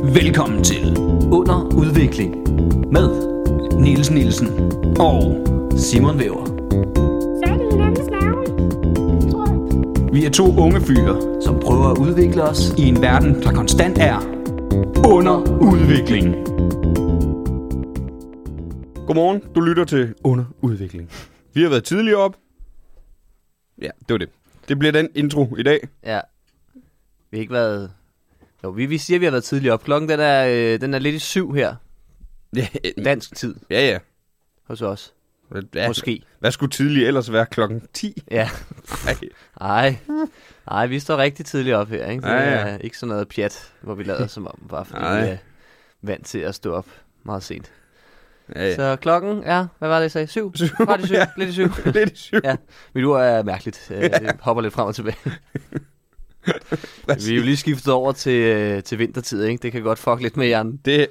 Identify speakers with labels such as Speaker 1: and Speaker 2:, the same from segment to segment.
Speaker 1: Velkommen til Under Udvikling med Niels Nielsen og Simon Væver.
Speaker 2: Så er det hinandens navn, tror jeg.
Speaker 1: Vi er to unge fyre,
Speaker 3: som prøver at udvikle os
Speaker 1: i en verden, der konstant er under udvikling.
Speaker 4: Godmorgen, du lytter til Under Udvikling. Vi har været tidligere op. Ja, det var det. Det bliver den intro i dag.
Speaker 3: Ja. Vi har ikke været... Jo, vi siger, at vi har været tidligere op. Klokken den er lidt i 7 her.
Speaker 4: Ja,
Speaker 3: Dansk tid
Speaker 4: ja.
Speaker 3: hos os.
Speaker 4: Ja,
Speaker 3: Måske.
Speaker 4: hvad skulle tidligere ellers være klokken 10?
Speaker 3: Ja.
Speaker 4: Ej.
Speaker 3: Nej, vi står rigtig tidligt op her, ikke? Det
Speaker 4: Ja.
Speaker 3: er ikke sådan noget pjat, hvor vi lader som om, bare fordi vi er vant til at stå op meget sent.
Speaker 4: Ja.
Speaker 3: Så klokken er, hvad var det, jeg sagde? 7? Var det 7?
Speaker 4: Ja.
Speaker 3: Lidt i 7.
Speaker 4: Lidt i 7.
Speaker 3: Ja. Mit ur er mærkeligt. Det hopper lidt frem og tilbage. Vi er jo lige skiftet over til vintertid, ikke? Det kan godt fuck lidt med hjernen.
Speaker 4: Det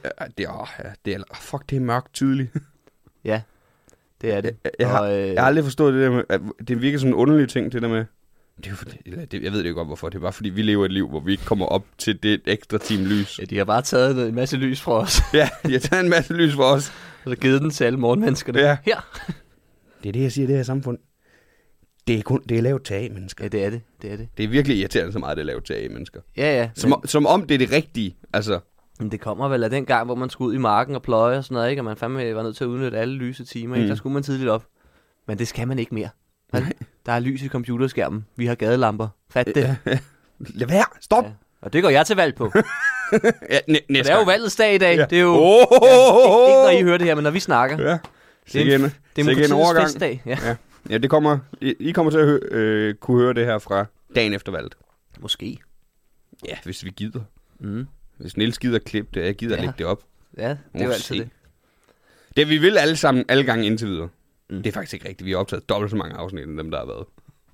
Speaker 4: er mørkt tydeligt.
Speaker 3: Ja, det er det.
Speaker 4: Jeg har aldrig forstået det der med, at det virker som en underlig ting, det der med. Det er jo fordi, jeg ved det jo godt, hvorfor. Det er bare fordi, vi lever et liv, hvor vi ikke kommer op til det ekstra time lys.
Speaker 3: Ja, de har bare taget en masse lys fra os.
Speaker 4: Ja, de har taget en masse lys fra os.
Speaker 3: Og så givet den til alle morgenmenneskerne.
Speaker 4: Ja.
Speaker 3: Her.
Speaker 4: Det er det, jeg siger, det her samfund. Det er lavet til mennesker.
Speaker 3: Ja, det er det.
Speaker 4: Det er virkelig irriterende så meget, det er lavet til mennesker.
Speaker 3: Ja.
Speaker 4: Som om det er det rigtige, altså.
Speaker 3: Men det kommer vel af den gang, hvor man skulle ud i marken og pløje og sådan noget, ikke? Og man fandme var nødt til at udnytte alle lyse timer, ikke? Der skulle man tidligt op. Men det skal man ikke mere. Der er lys i computerskærmen. Vi har gadelamper. Fat det.
Speaker 4: Lad være. Stop.
Speaker 3: Ja. Og det går jeg til valg på.
Speaker 4: Ja,
Speaker 3: det er jo valgets dag i dag.
Speaker 4: Ja.
Speaker 3: Det er jo ikke når I hører det her, men når vi snakker.
Speaker 4: Ja.
Speaker 3: Det er demokratiets festdag.
Speaker 4: Ja, det kommer. I kommer til at kunne høre det her fra dagen efter valget.
Speaker 3: Måske.
Speaker 4: Ja, hvis vi gider.
Speaker 3: Mm.
Speaker 4: Hvis Niels gider klippe det, jeg gider lægge det op.
Speaker 3: Ja, det er jo altid det.
Speaker 4: Det vi vil alle sammen, alle gange indtil videre. Det er faktisk ikke rigtigt. Vi har optaget dobbelt så mange afsnit, end dem, der har været.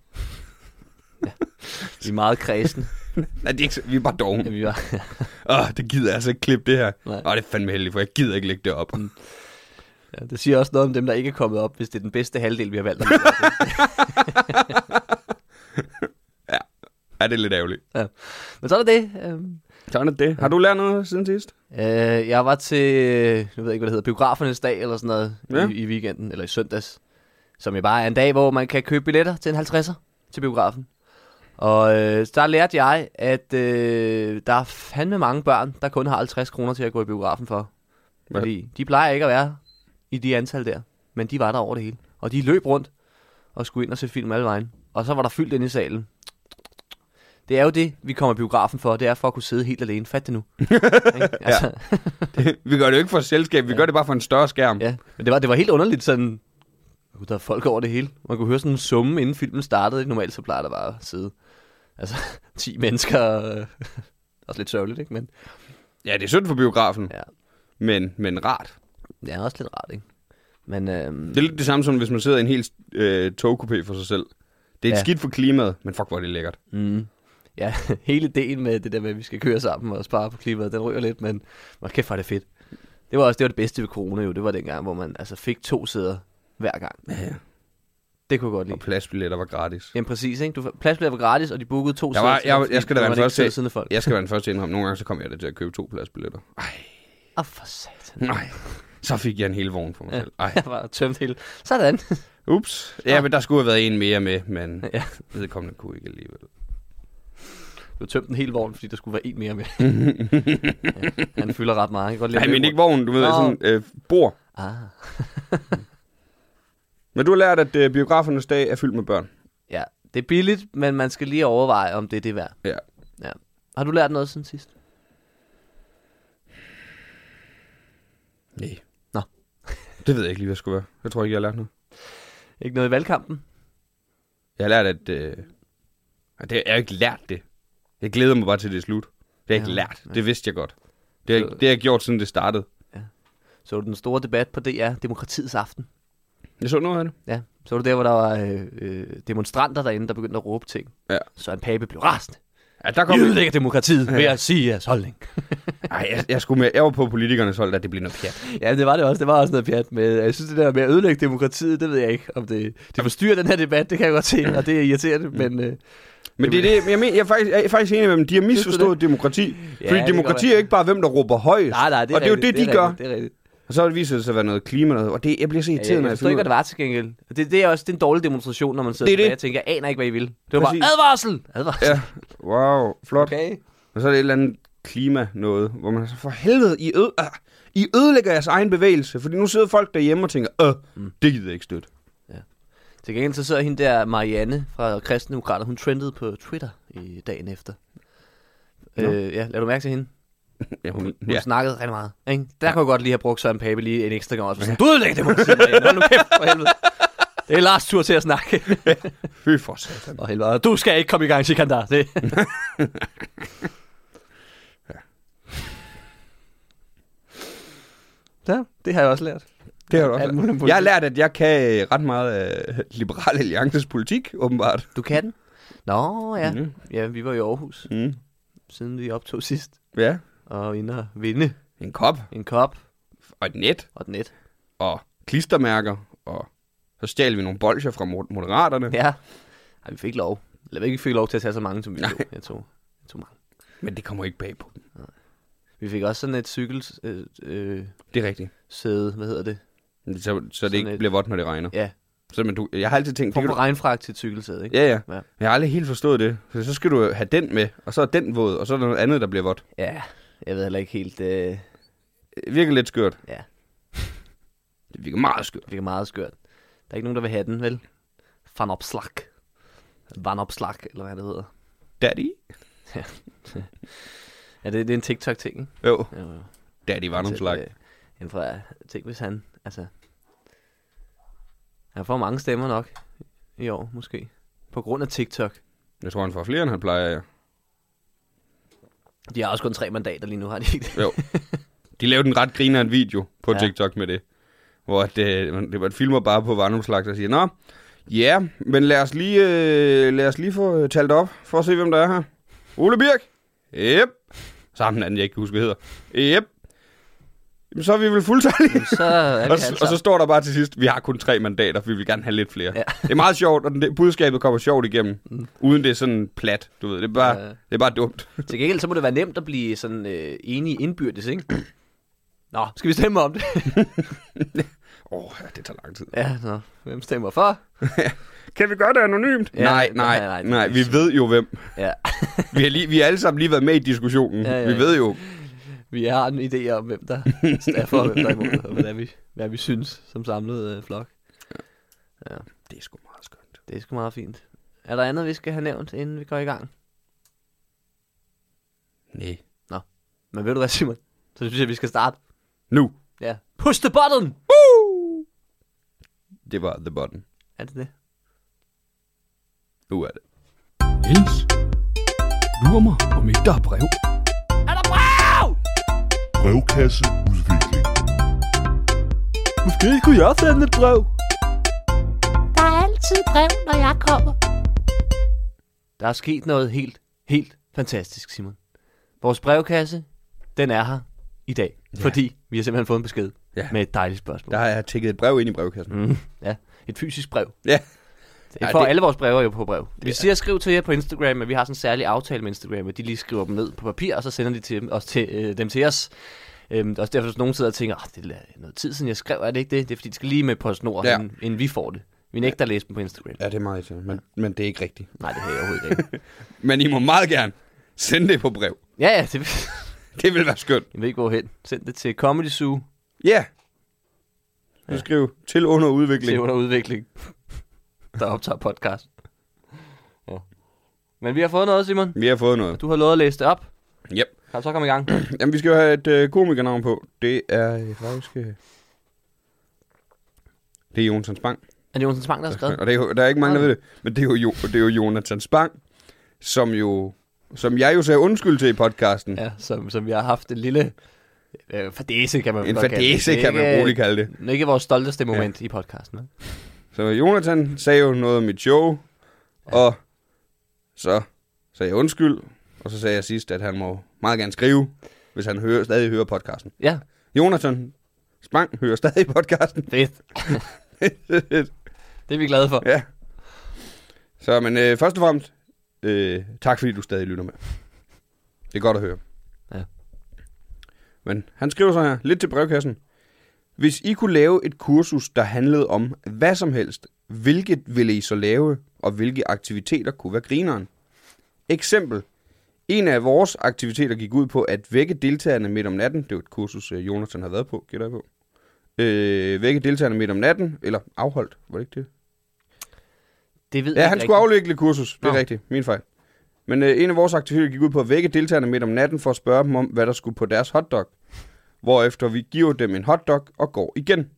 Speaker 3: Ja. Vi er meget kredsende.
Speaker 4: Nej, det er ikke, vi er bare dogne.
Speaker 3: Ja, vi var.
Speaker 4: Det gider jeg altså ikke klippe det her.
Speaker 3: Nej.
Speaker 4: Det er fandme heldigt, for jeg gider ikke lægge det op.
Speaker 3: Ja, det siger også noget om dem, der ikke er kommet op, hvis det er den bedste halvdel, vi har valgt.
Speaker 4: Ja, det er lidt ærgerligt.
Speaker 3: Ja. Men så er det.
Speaker 4: Sådan er det. Har du lært noget siden sidst?
Speaker 3: Jeg var til, jeg ved ikke, hvad det hedder, biografernes dag eller sådan noget i weekenden, eller i søndags. Som jo bare er en dag, hvor man kan købe billetter til en 50'er til biografen. Og der lærte jeg, at der er fandme mange børn, der kun har 50 kroner til at gå i biografen for. Fordi de plejer ikke at være i de antal der, men de var der over det hele. Og de løb rundt og skulle ind og se film alle vejen. Og så var der fyldt ind i salen. Det er jo det, vi kommer i biografen for. Det er for at kunne sidde helt alene. Fat det nu. Altså.
Speaker 4: Vi gør det jo ikke for et selskab. Vi gør det bare for en større skærm.
Speaker 3: Ja, men det var helt underligt sådan. Der er folk over det hele. Man kunne høre sådan en summe, inden filmen startede. Normalt så plejer der bare at sidde 10 mennesker. Også lidt sørgeligt, ikke? Men
Speaker 4: Ja, det er synd for biografen.
Speaker 3: Ja.
Speaker 4: Men rart.
Speaker 3: det er også lidt rart, ikke? Men
Speaker 4: Det er lidt det samme som, hvis man sidder i en helt togkupé for sig selv. Det er et skidt for klimaet, men fuck, hvor er det lækkert.
Speaker 3: Ja, hele ideen med det der med, at vi skal køre sammen og spare på klimaet, den ryger lidt, men kæft, hvor er det fedt. Det var det bedste ved corona jo. Det var dengang, hvor man fik 2 sæder hver gang.
Speaker 4: Ja.
Speaker 3: Det kunne jeg godt lide.
Speaker 4: Og pladsbilletter var gratis.
Speaker 3: Jamen præcis, ikke? Pladsbilletter var gratis, og de bookede 2
Speaker 4: Jeg skal da være den første. Jeg skal være den første indrømme. Nogle gange så kom jeg til at købe 2 pladsbilletter.
Speaker 3: For satan.
Speaker 4: Nej. Så fik jeg en hel vogn for mig selv.
Speaker 3: Jeg var tømt hele. Sådan.
Speaker 4: Ups. Ja, men der skulle have været en mere med, men vedkommende kunne ikke alligevel.
Speaker 3: Du tømte en hel vogn, fordi der skulle være en mere med. Han fylder ret meget. Jeg kan godt lide.
Speaker 4: Nej, men ikke vogn, du ved, sådan bord. Men du har lært, at biografernes dag er fyldt med børn.
Speaker 3: Ja, det er billigt, men man skal lige overveje, om det er værd.
Speaker 4: Ja.
Speaker 3: Har du lært noget siden sidst?
Speaker 4: Nej.
Speaker 3: Nå.
Speaker 4: Det ved jeg ikke lige, hvad det skulle være. Jeg tror ikke, jeg har lært noget.
Speaker 3: Ikke noget i valgkampen?
Speaker 4: Jeg har lært, at jeg har ikke lært det. Jeg glæder mig bare til, det er slut. Det har jeg ikke lært. Det vidste jeg godt. Det har jeg gjort, siden det startede.
Speaker 3: Ja. Så du den store debat på DR, Demokratiets aften?
Speaker 4: Jeg så noget af det.
Speaker 3: Ja, så var det der, hvor der var demonstranter derinde, der begyndte at råbe ting.
Speaker 4: Ja.
Speaker 3: Så en Pape blev rasende.
Speaker 4: Ja, der kom
Speaker 3: I ødelægger demokratiet ved at sige jeres holdning.
Speaker 4: Nej, jeg var på politikernes hold, at det blev noget pjat.
Speaker 3: Ja, det var det også. Det var også noget pjat med. Jeg synes, det der med at ødelægge demokratiet, det ved jeg ikke, om det forstyrrer den her debat. Det kan jeg godt se, og det er irriterende, men
Speaker 4: Men det er det, jeg er faktisk enig med dem. De har misforstået demokrati.
Speaker 3: Ja,
Speaker 4: Fordi demokrati er ikke bare hvem, der råber højst.
Speaker 3: Nej, det er
Speaker 4: og det er jo det, de gør.
Speaker 3: Det er rigtigt.
Speaker 4: Og så viser det sig at være noget klima noget. Og det, jeg bliver så irriteret, når
Speaker 3: jeg forstår ikke, hvad det var til gengæld. Det er også en dårlig demonstration, når man sidder tilbage og tænker, jeg aner ikke, hvad I vil. Det var
Speaker 4: Præcis.
Speaker 3: bare advarsel.
Speaker 4: Ja, wow, flot.
Speaker 3: Okay.
Speaker 4: Og så er det et eller andet klima noget, hvor man så for helvede, I ødelægger jeres egen bevægelse. Fordi nu sidder folk derhjemme og tænker, det gider jeg ikke støtte.
Speaker 3: Til gengæld så sidder hende der Marianne fra Kristendemokraterne, hun trendede på Twitter i dagen efter. Ja, lad du mærke til hende?
Speaker 4: Ja,
Speaker 3: Hun snakkede rigtig meget. Ikke? Der kunne jeg godt lige have brugt Søren Pape lige en ekstra gang også. Sådan, du ødelægger demokratiet, Marianne. Hold nu kæft for helvede. Det er Lars tur til at snakke.
Speaker 4: Fy for satan.
Speaker 3: Og helvede, du skal ikke komme i gang, Sikandar. Det. Ja, det har jeg også lært.
Speaker 4: Det har du også. Jeg har lært, at jeg kan ret meget af Liberal Alliances politik, åbenbart.
Speaker 3: Du kan den? Nå, ja. Ja, vi var i Aarhus, siden vi optog sidst.
Speaker 4: Ja.
Speaker 3: Og inde og vinde.
Speaker 4: En kop.
Speaker 3: En kop.
Speaker 4: Og et net.
Speaker 3: Og et net.
Speaker 4: Og klistermærker. Og så stjal vi nogle bolsjer fra Moderaterne.
Speaker 3: Ja. Ej, vi fik lov. Eller vi ikke fik lov til at tage så mange, som vi tog. Jeg tog mange.
Speaker 4: Men det kommer ikke bag på dem.
Speaker 3: Vi fik også sådan et cykel...
Speaker 4: det er rigtigt.
Speaker 3: Sæde, hvad hedder det?
Speaker 4: Så det ikke bliver vådt, når det regner.
Speaker 3: Ja.
Speaker 4: Så, jeg har altid tænkt...
Speaker 3: Form for regnfragt til et cykelsæde, ikke?
Speaker 4: Ja. Jeg har aldrig helt forstået det. Så skal du have den med, og så er den våd, og så er der noget andet, der bliver vådt.
Speaker 3: Ja, jeg ved heller ikke helt... Det
Speaker 4: virker lidt skørt.
Speaker 3: Ja.
Speaker 4: Det virker meget skørt.
Speaker 3: Det virker meget skørt. Der er ikke nogen, der vil have den, vel? Vandopslag, eller hvad det hedder.
Speaker 4: Daddy?
Speaker 3: Ja, det er en TikTok-ting, ikke?
Speaker 4: Jo. Daddy Vandopslag.
Speaker 3: Tænk, hvis han... Altså... Han får mange stemmer nok i år, måske. På grund af TikTok.
Speaker 4: Jeg tror, han får flere, end han plejer, ja.
Speaker 3: De har også kun 3 mandater lige nu, har de ikke det?
Speaker 4: Jo. De lavede en ret griner en video på TikTok med det. Hvor det var et filmer bare på Vandopslag, der siger, nå, ja, men lad os lige få talt op, for at se, hvem der er her. Ole Birk. Yep. Sammen anden, jeg ikke kan huske, hvad hedder. Yep. Jamen, så er vi vel fuldtallige. Og så står der bare til sidst, vi har kun 3 mandater, for vi vil gerne have lidt flere. Ja. Det er meget sjovt, og budskabet kommer sjovt igennem, uden det er sådan plat, du ved. Det er bare dumt.
Speaker 3: Til gengæld, så må det være nemt at blive sådan enige indbyrdes, ikke? Nå, skal vi stemme om det?
Speaker 4: Ja, det tager lang tid.
Speaker 3: Ja, nå. Hvem stemmer for?
Speaker 4: Kan vi gøre det anonymt? Ja, nej, vi ved jo hvem. Ja. vi har alle sammen lige været med i diskussionen. Ja. Vi ved jo.
Speaker 3: Vi har en idé om, hvem der er for, hvem der er imod, og hvad vi synes som samlet flok. Ja.
Speaker 4: Det er sgu meget skønt.
Speaker 3: Det er sgu meget fint. Er der andet, vi skal have nævnt, inden vi går i gang?
Speaker 4: Nej.
Speaker 3: Nå. Men ved du hvad, Simon? Så synes jeg, vi skal starte.
Speaker 4: Nu.
Speaker 3: Ja. Push the button!
Speaker 4: Woo! Det var the button.
Speaker 3: Er det det?
Speaker 4: Nu er det. Niels, lurer mig, om ikke der er brev.
Speaker 3: Er der brev?
Speaker 5: Brevkasseudvikling.
Speaker 3: Måske kunne jeg sende et brev.
Speaker 2: Der er altid brev, når jeg kommer.
Speaker 3: Der er sket noget helt fantastisk, Simon. Vores brevkasse, den er her i dag. Ja. Fordi vi har simpelthen fået en besked med et dejligt spørgsmål.
Speaker 4: Der har jeg tækket et brev ind i brevkassen.
Speaker 3: Ja, et fysisk brev.
Speaker 4: Ja.
Speaker 3: Det får alle vores breve jo på brev. Vi siger skriv til jer på Instagram, men vi har sådan en særlig aftale med Instagram, at de lige skriver dem ned på papir, og så sender de dem til os. Også derfor, hvis nogen sidder og tænker, det er noget tid siden jeg skrev, er det ikke det? Det er fordi, de skal lige med PostNord, inden vi får det. Vi nægter at læse dem på Instagram.
Speaker 4: Ja, det er meget til, men det er ikke rigtigt.
Speaker 3: Nej, det er jeg overhovedet ikke.
Speaker 4: Men I må meget gerne sende det på brev.
Speaker 3: Ja,
Speaker 4: det vil være skønt.
Speaker 3: Jeg ved ikke, hvorhen. Send det til Comedy Zoo.
Speaker 4: Ja. Du skriv til under udvikling.
Speaker 3: Til under udvikling. Der optager podcast. Ja. Men vi har fået noget, Simon.
Speaker 4: Vi har fået noget.
Speaker 3: Du har lovet at læse det op.
Speaker 4: Yep.
Speaker 3: Kan du så komme i gang?
Speaker 4: Jamen, vi skal jo have et komikernavn på. Det er faktisk... Det er Jonathan Spang.
Speaker 3: Er det Jonathan Spang, der har skrevet?
Speaker 4: Og der er ikke mange, der ved det. Men det er jo Jonathan Spang, som jeg jo sagde undskyld til i podcasten.
Speaker 3: Ja, som vi har haft en lille... fadese, kan man
Speaker 4: en fadese, kan man roligt kalde det.
Speaker 3: Ikke vores stolteste moment i podcasten.
Speaker 4: Så Jonathan sagde jo noget om mit show, og så sagde jeg undskyld, og så sagde jeg sidst, at han må meget gerne skrive, hvis han stadig hører podcasten.
Speaker 3: Ja.
Speaker 4: Jonathan Spang hører stadig podcasten.
Speaker 3: Fedt. Det er vi glade for.
Speaker 4: Ja. Så, men først og fremmest, Tak fordi du stadig lytter med. Det er godt at høre.
Speaker 3: Ja.
Speaker 4: Men han skriver så her, lidt til brevkassen. Hvis I kunne lave et kursus, der handlede om hvad som helst, hvilket ville I så lave, og hvilke aktiviteter kunne være grineren? Eksempel. En af vores aktiviteter gik ud på at vække deltagerne midt om natten. Det er jo et kursus, Jonathan har været på, gætter jeg på. Vække deltagerne midt om natten, eller afholdt, var det ikke det?
Speaker 3: Det ved
Speaker 4: Ja,
Speaker 3: jeg
Speaker 4: han
Speaker 3: ikke
Speaker 4: skulle
Speaker 3: rigtigt.
Speaker 4: afvikle kursus, det er rigtigt, min fejl. Men en af vores aktiviteter gik ud på at vække deltagerne midt om natten for at spørge dem om, hvad der skulle på deres hotdog. Hvorefter vi giver dem en hotdog og går igen.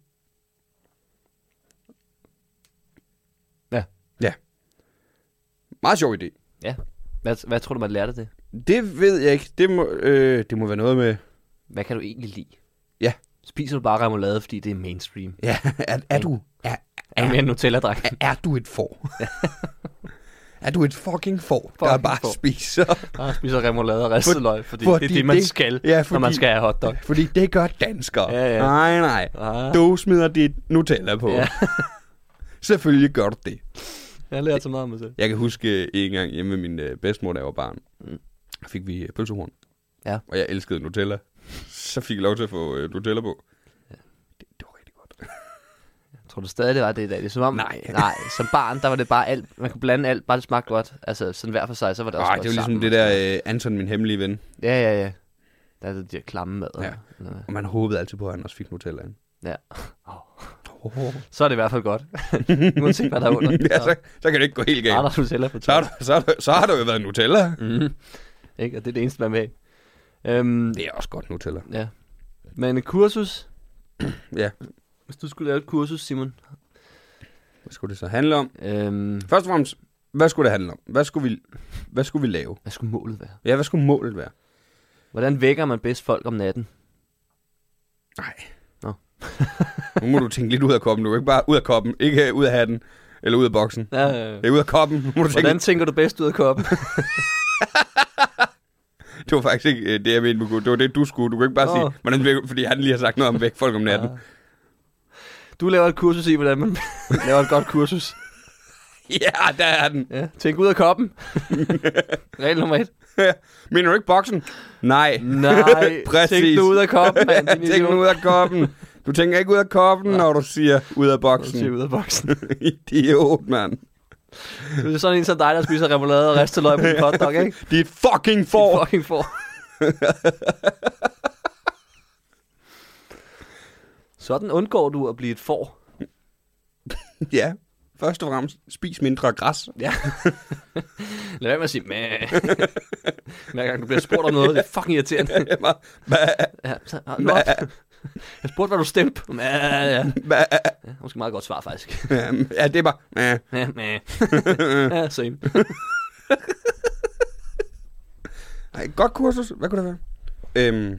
Speaker 3: Ja.
Speaker 4: Ja. Meget sjov idé.
Speaker 3: Ja. Hvad tror du, man lærte det?
Speaker 4: Det ved jeg ikke. Det må være noget med...
Speaker 3: Hvad kan du egentlig lide?
Speaker 4: Ja.
Speaker 3: Spiser du bare remoulade, fordi det er mainstream?
Speaker 4: Ja, er du
Speaker 3: mere en Nutella-dragt?
Speaker 4: er du et får? Er du et fucking får, der
Speaker 3: Fucking
Speaker 4: bare
Speaker 3: får.
Speaker 4: spiser?
Speaker 3: Bare spiser remoulade og ristet løg, fordi det er det, man skal,
Speaker 4: ja,
Speaker 3: når man skal have hotdog.
Speaker 4: Fordi det gør danskere.
Speaker 3: Ja, ja.
Speaker 4: Nej.
Speaker 3: Ah.
Speaker 4: Du smider dit Nutella på.
Speaker 3: Ja.
Speaker 4: Selvfølgelig gør du det.
Speaker 3: Jeg har lært så meget om mig selv.
Speaker 4: Jeg kan huske en gang hjemme med min bedstemor, da jeg var barn. Fik vi pølsehorn.
Speaker 3: Ja.
Speaker 4: Og jeg elskede Nutella. Så fik jeg lov til at få Nutella på.
Speaker 3: Ja.
Speaker 4: Det var rigtig godt.
Speaker 3: Tror du stadig, det var det i dag? Det er som om,
Speaker 4: Nej.
Speaker 3: Som barn, der var det bare alt. Man kunne blande alt, bare det smagte godt. Altså, sådan hver for sig, så var det også godt
Speaker 4: Det var ligesom
Speaker 3: sammen,
Speaker 4: det der Anton, min hemmelige ven.
Speaker 3: Ja. Der er det de der klamme mad.
Speaker 4: Ja. Og man håbede altid på, at han også fik Nutella ind.
Speaker 3: Ja. Så er det i hvert fald godt. Uanset hvad der er under.
Speaker 4: Ja, så kan det ikke gå helt
Speaker 3: Der er
Speaker 4: galt.
Speaker 3: der Nutella på
Speaker 4: Så har der jo været Nutella.
Speaker 3: Ikke? Og det er det eneste, man vil.
Speaker 4: Det er også godt Nutella.
Speaker 3: Ja. Men et kursus.
Speaker 4: Ja.
Speaker 3: Hvis du skulle lave et kursus, Simon.
Speaker 4: Hvad skulle det så handle om? Først og fremmest, hvad skulle det handle om? Hvad skulle vi lave?
Speaker 3: Hvad skulle målet være?
Speaker 4: Ja, hvad skulle målet være?
Speaker 3: Hvordan vækker man bedst folk om natten?
Speaker 4: Nej.
Speaker 3: Nå.
Speaker 4: Nu må du tænke lidt ud af koppen. Du er ikke bare ud af koppen. Ikke ud af hatten. Eller ud af boksen.
Speaker 3: Ja.
Speaker 4: Det er ud af koppen. Nu må du tænke.
Speaker 3: Hvordan tænker du bedst ud af koppen?
Speaker 4: Det var faktisk ikke det, jeg mente. Det var det, du skulle. Du kan ikke bare sige, hvordan vækker, fordi han lige har sagt noget om væk folk om natten.
Speaker 3: Du laver et kursus i, hvordan man laver et godt kursus.
Speaker 4: Ja, der er den.
Speaker 3: Ja. Tænk ud af koppen. Regel nummer 1.
Speaker 4: Mener du ikke boksen? Nej.
Speaker 3: Nej,
Speaker 4: Præcis.
Speaker 3: tænk du ud af koppen, mand.
Speaker 4: Tænk ud af koppen. Du tænker ikke ud af koppen, når du siger ud af boksen.
Speaker 3: Tænk ud af boksen.
Speaker 4: Idiot, mand.
Speaker 3: Det er sådan en som dig, der spiser remoulade og ristet løg på en hotdog, ikke?
Speaker 4: Dit fucking får.
Speaker 3: Dit fucking får. Sådan undgår du at blive et får.
Speaker 4: Ja. Først og fremmest, spis mindre græs.
Speaker 3: Ja. Lad være med at sige, mæh. Hver gang du bliver spurgt om noget, det er fucking irriterende. Ja, så, nu op. Jeg spurgte, hvad du stemte på. Ja. Måske meget godt svar, faktisk.
Speaker 4: Ja, det er bare...
Speaker 3: Ja, same.
Speaker 4: Ej, godt kursus. Hvad kunne det være?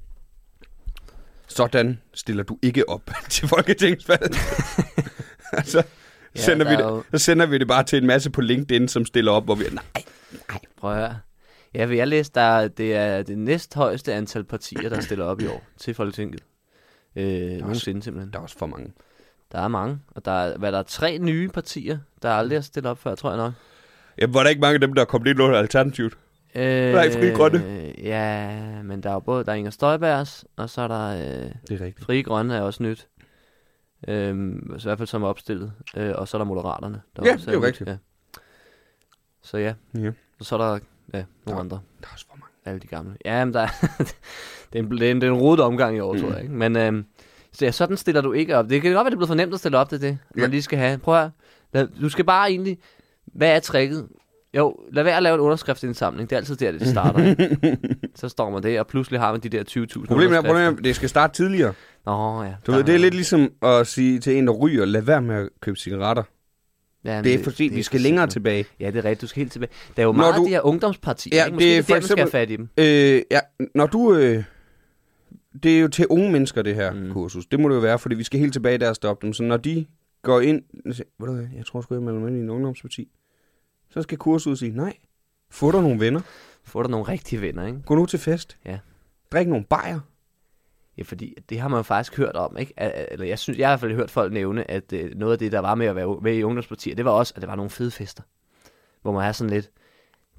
Speaker 4: Sådan stiller du ikke op til folketingsvalget. Så sender vi det bare til en masse på LinkedIn, som stiller op, hvor vi nej.
Speaker 3: Prøv at høre. Ja, vil jeg læse, det er det næsthøjeste antal partier, der stiller op i år til Folketinget. Nogensinde simpelthen.
Speaker 4: Der er også for mange.
Speaker 3: Der er mange, og der er 3 nye partier, der aldrig har stillet op før, tror jeg nok.
Speaker 4: Ja, var der ikke mange af dem, der kom lidt under alternativt? Nej, Frie Grønne.
Speaker 3: Ja, men der er jo både, der er Inger Støjbergs, og så er der
Speaker 4: det er rigtigt.
Speaker 3: Frie Grønne er også nyt. Så i hvert fald som er opstillet. Og så er der Moderaterne. Der
Speaker 4: Ja,
Speaker 3: også
Speaker 4: det er jo rigtigt.
Speaker 3: Ja. Så ja. Og så er der nogle andre.
Speaker 4: Der er også for mange.
Speaker 3: Alle de gamle. Ja, men der det er en rodet omgang i år, tror jeg. Ikke? Men så sådan stiller du ikke op. Det kan godt være, det er blevet for nemt at stille op til det. Man lige skal have. Prøv at du skal bare egentlig... Hvad er tricket? Jo, lad være at lave en underskriftsindsamling. Det er altid der, det starter. Ikke? Så står man det, og pludselig har man de der 20.000
Speaker 4: Problemet er, det skal starte tidligere.
Speaker 3: Nå, ja.
Speaker 4: Du ved, det er lidt ligesom at sige til en, der ryger, lad være med at købe cigaretter. Ja, det er fordi, vi skal længere tilbage.
Speaker 3: Ja, det er rigtigt. Du skal helt tilbage. Der er jo meget af de her ungdomspartier.
Speaker 4: Ja,
Speaker 3: ikke? Måske
Speaker 4: det er
Speaker 3: det
Speaker 4: for
Speaker 3: der,
Speaker 4: eksempel,
Speaker 3: man skal have fat i dem.
Speaker 4: Ja, når du... det er jo til unge mennesker, det her kursus. Det må det jo være, fordi vi skal helt tilbage der og stoppe dem. Så når de går ind... Jeg tror sgu, jeg melder mig ind i en ungdomsparti. Så skal kurset sige, nej, få dig nogle venner.
Speaker 3: Få dig nogle rigtige venner, ikke?
Speaker 4: Gå nu til fest.
Speaker 3: Ja.
Speaker 4: Drik nogle bajer.
Speaker 3: Ja, fordi det har man jo faktisk hørt om, ikke? Eller jeg har i hvert fald hørt folk nævne, at noget af det, der var med at være med i ungdomspartier, det var også, at det var nogle fede fester. Hvor man har sådan lidt,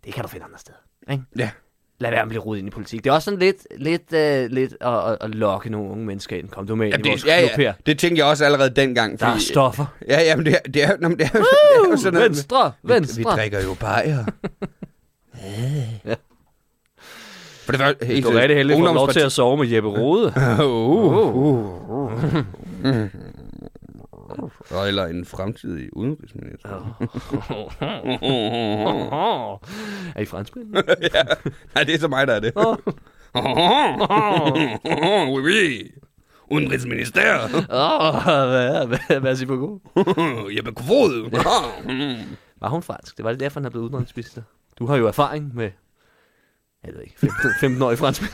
Speaker 3: det kan du finde andre steder. Ikke?
Speaker 4: Ja.
Speaker 3: Lad være med at blive rodet ind i politik. Det er også sådan lidt at lokke nogle unge mennesker ind. Kom du med ind i vores klub her.
Speaker 4: Det tænkte jeg også allerede dengang.
Speaker 3: Der er stoffer.
Speaker 4: Ja, men det er jo sådan noget.
Speaker 3: Venstre.
Speaker 4: Vi drikker jo bajer.
Speaker 3: Ja.
Speaker 4: For det var
Speaker 3: Du er rigtig heldig, at få lov til at sove med Jeppe Rode.
Speaker 4: Eller en fremtidig udenrigsminister.
Speaker 3: Er I franskmænd?
Speaker 4: Ja. Nej, det er så mig, der er det. Oui. Udenrigsminister.
Speaker 3: Hvad siger på
Speaker 4: Jeppe Kofod.
Speaker 3: Var hun fransk? Det var det derfor, han er blevet udenrigsminister. Du har jo erfaring med, jeg ved ikke, 15-årige franskmænd.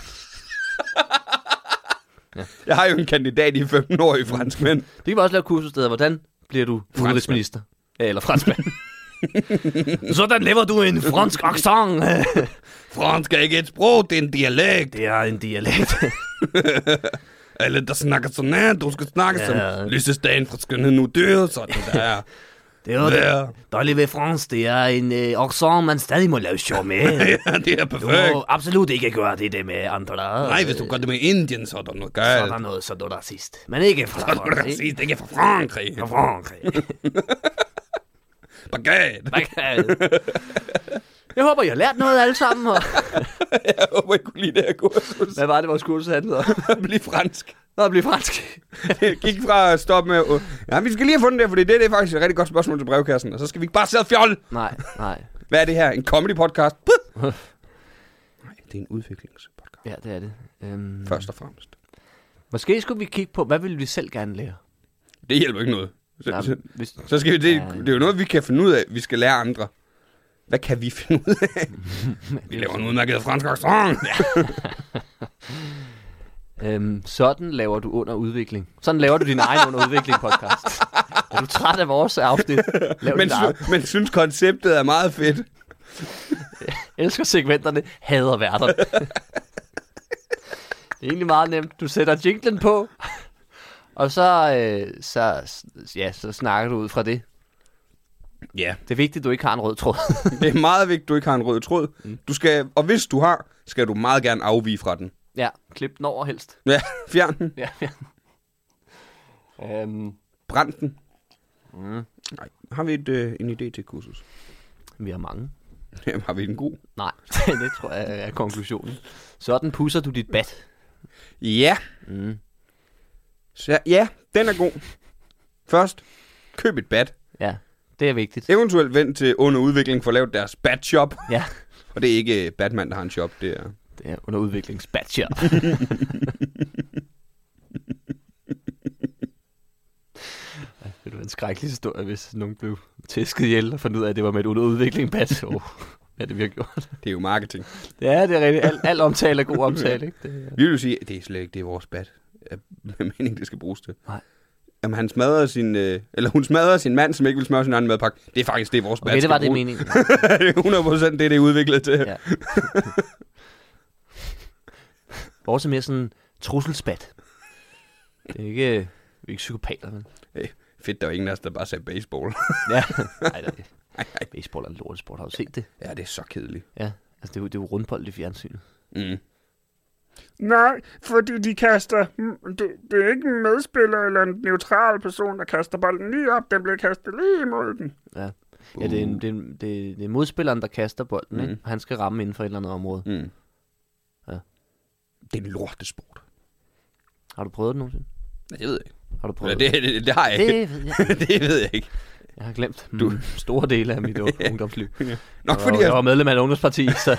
Speaker 4: Ja. Jeg har jo en kandidat i 15-årige franskmænd.
Speaker 3: Det kan vi også lave kursussteder. Hvordan bliver du udenrigsminister? Eller franskmand? Sådan lever du en fransk accent.
Speaker 4: Fransk er ikke et sprog, det er en dialekt.
Speaker 3: Det er en dialekt.
Speaker 4: Alle, der snakker sådan her, du skal snakke som lysestagen fra skønhed nu dør, sådan der.
Speaker 3: Det er jo det. Dårlig ved fransk, det er en accent, man stadig må lave sjov med.
Speaker 4: Ja, det er perfekt.
Speaker 3: Du må absolut ikke gøre det med andre.
Speaker 4: Nej, hvis du gør det med Indien, så er der noget galt.
Speaker 3: Så er der noget, så er du racist. Men ikke fra
Speaker 4: Frankrig. Så er du racist, ikke fra Frankrig.
Speaker 3: Fra Frankrig.
Speaker 4: Baguette.
Speaker 3: Jeg håber, I har lært noget alle sammen. Og...
Speaker 4: Jeg håber, I kunne lide det her kursus.
Speaker 3: Hvad var det, vores kursus handlede om?
Speaker 4: Bliv fransk.
Speaker 3: Bliv fransk.
Speaker 4: Det gik fra at stoppe med... Ja, vi skal lige have fundet det, fordi det er faktisk et rigtig godt spørgsmål til brevkassen. Og så skal vi ikke bare sidde og fjolle.
Speaker 3: Nej.
Speaker 4: Hvad er det her? En comedy-podcast? Nej, det er en udviklingspodcast.
Speaker 3: Ja, det er det.
Speaker 4: Først og fremmest.
Speaker 3: Måske skulle vi kigge på, hvad vil vi selv gerne lære?
Speaker 4: Det hjælper ikke noget. Så skal vi, det er jo noget, vi kan finde ud af, vi skal lære andre. Hvad kan vi finde ud af? Vi laver en udmærket fransk accent.
Speaker 3: Sådan laver du under udvikling. Sådan laver du din egen under udvikling podcast. Er du træt af vores afsnit?
Speaker 4: Men synes konceptet er meget fedt.
Speaker 3: Jeg elsker segmenterne, hader værterne. Det er egentlig meget nemt. Du sætter jinglen på, og så snakker du ud fra det.
Speaker 4: Ja.
Speaker 3: Det er vigtigt, at du ikke har en rød tråd.
Speaker 4: Det er meget vigtigt, at du ikke har en rød tråd. Du skal, og hvis du har, skal du meget gerne afvige fra den.
Speaker 3: Ja, klip den over helst.
Speaker 4: Ja, fjern den.
Speaker 3: Ja.
Speaker 4: Brænd den. Nej. Har vi en idé til et kursus?
Speaker 3: Vi har mange.
Speaker 4: Jamen, har vi en god?
Speaker 3: Nej, det tror jeg er konklusionen. Sådan pusser du dit bat.
Speaker 4: Ja. Så, ja, den er god. Først, køb et bat.
Speaker 3: Ja, det er vigtigt.
Speaker 4: Eventuelt vent til under udvikling for at lave deres bat-shop.
Speaker 3: Ja.
Speaker 4: Og det er ikke Batman, der har en shop, det er...
Speaker 3: Det er under udviklings bat-shop. Det var en skrækkelig historie, hvis nogen blev tæsket ihjel og fandt ud af, at det var med et under udvikling bat. Ja, det vi har gjort.
Speaker 4: Det er jo marketing.
Speaker 3: Ja, det er rigtigt. Al omtale er god omtale, ikke?
Speaker 4: Vi vil jo sige, at det er slet ikke det er vores bat. Hvad meningen det skal bruges til?
Speaker 3: Nej.
Speaker 4: Jamen, hun smadrer sin mand, som ikke vil smøre sin anden madpakke. Det er faktisk det, vores bat
Speaker 3: det var
Speaker 4: det
Speaker 3: meningen.
Speaker 4: Det er 100% det er udviklet til.
Speaker 3: Ja. Vores er mere sådan trusselsbat. Det er ikke, vi er ikke psykopater, men...
Speaker 4: Hey, fedt, der var ingen af os, der bare sagde baseball.
Speaker 3: Ja, nej. Baseball er en lortesport. Har du set det?
Speaker 4: Ja, det er så kedeligt.
Speaker 3: Ja, altså det er jo rundbold i fjernsynet.
Speaker 5: Nej, fordi de kaster... Det er ikke en medspiller eller en neutral person, der kaster bolden lige op. Den bliver kastet lige imod den.
Speaker 3: Ja, det er modspilleren, der kaster bolden, ikke? Og han skal ramme inden for et eller andet område. Ja.
Speaker 4: Det er en lortesport.
Speaker 3: Har du prøvet det nogensinde?
Speaker 4: Nej, det ved jeg ikke.
Speaker 3: Har du prøvet
Speaker 4: det har jeg ikke.
Speaker 3: Det ved jeg.
Speaker 4: Det ved jeg ikke.
Speaker 3: Jeg har glemt store dele af mit ungdomsliv.
Speaker 4: Nok fordi
Speaker 3: jeg var medlem af et ungdomsparti, så...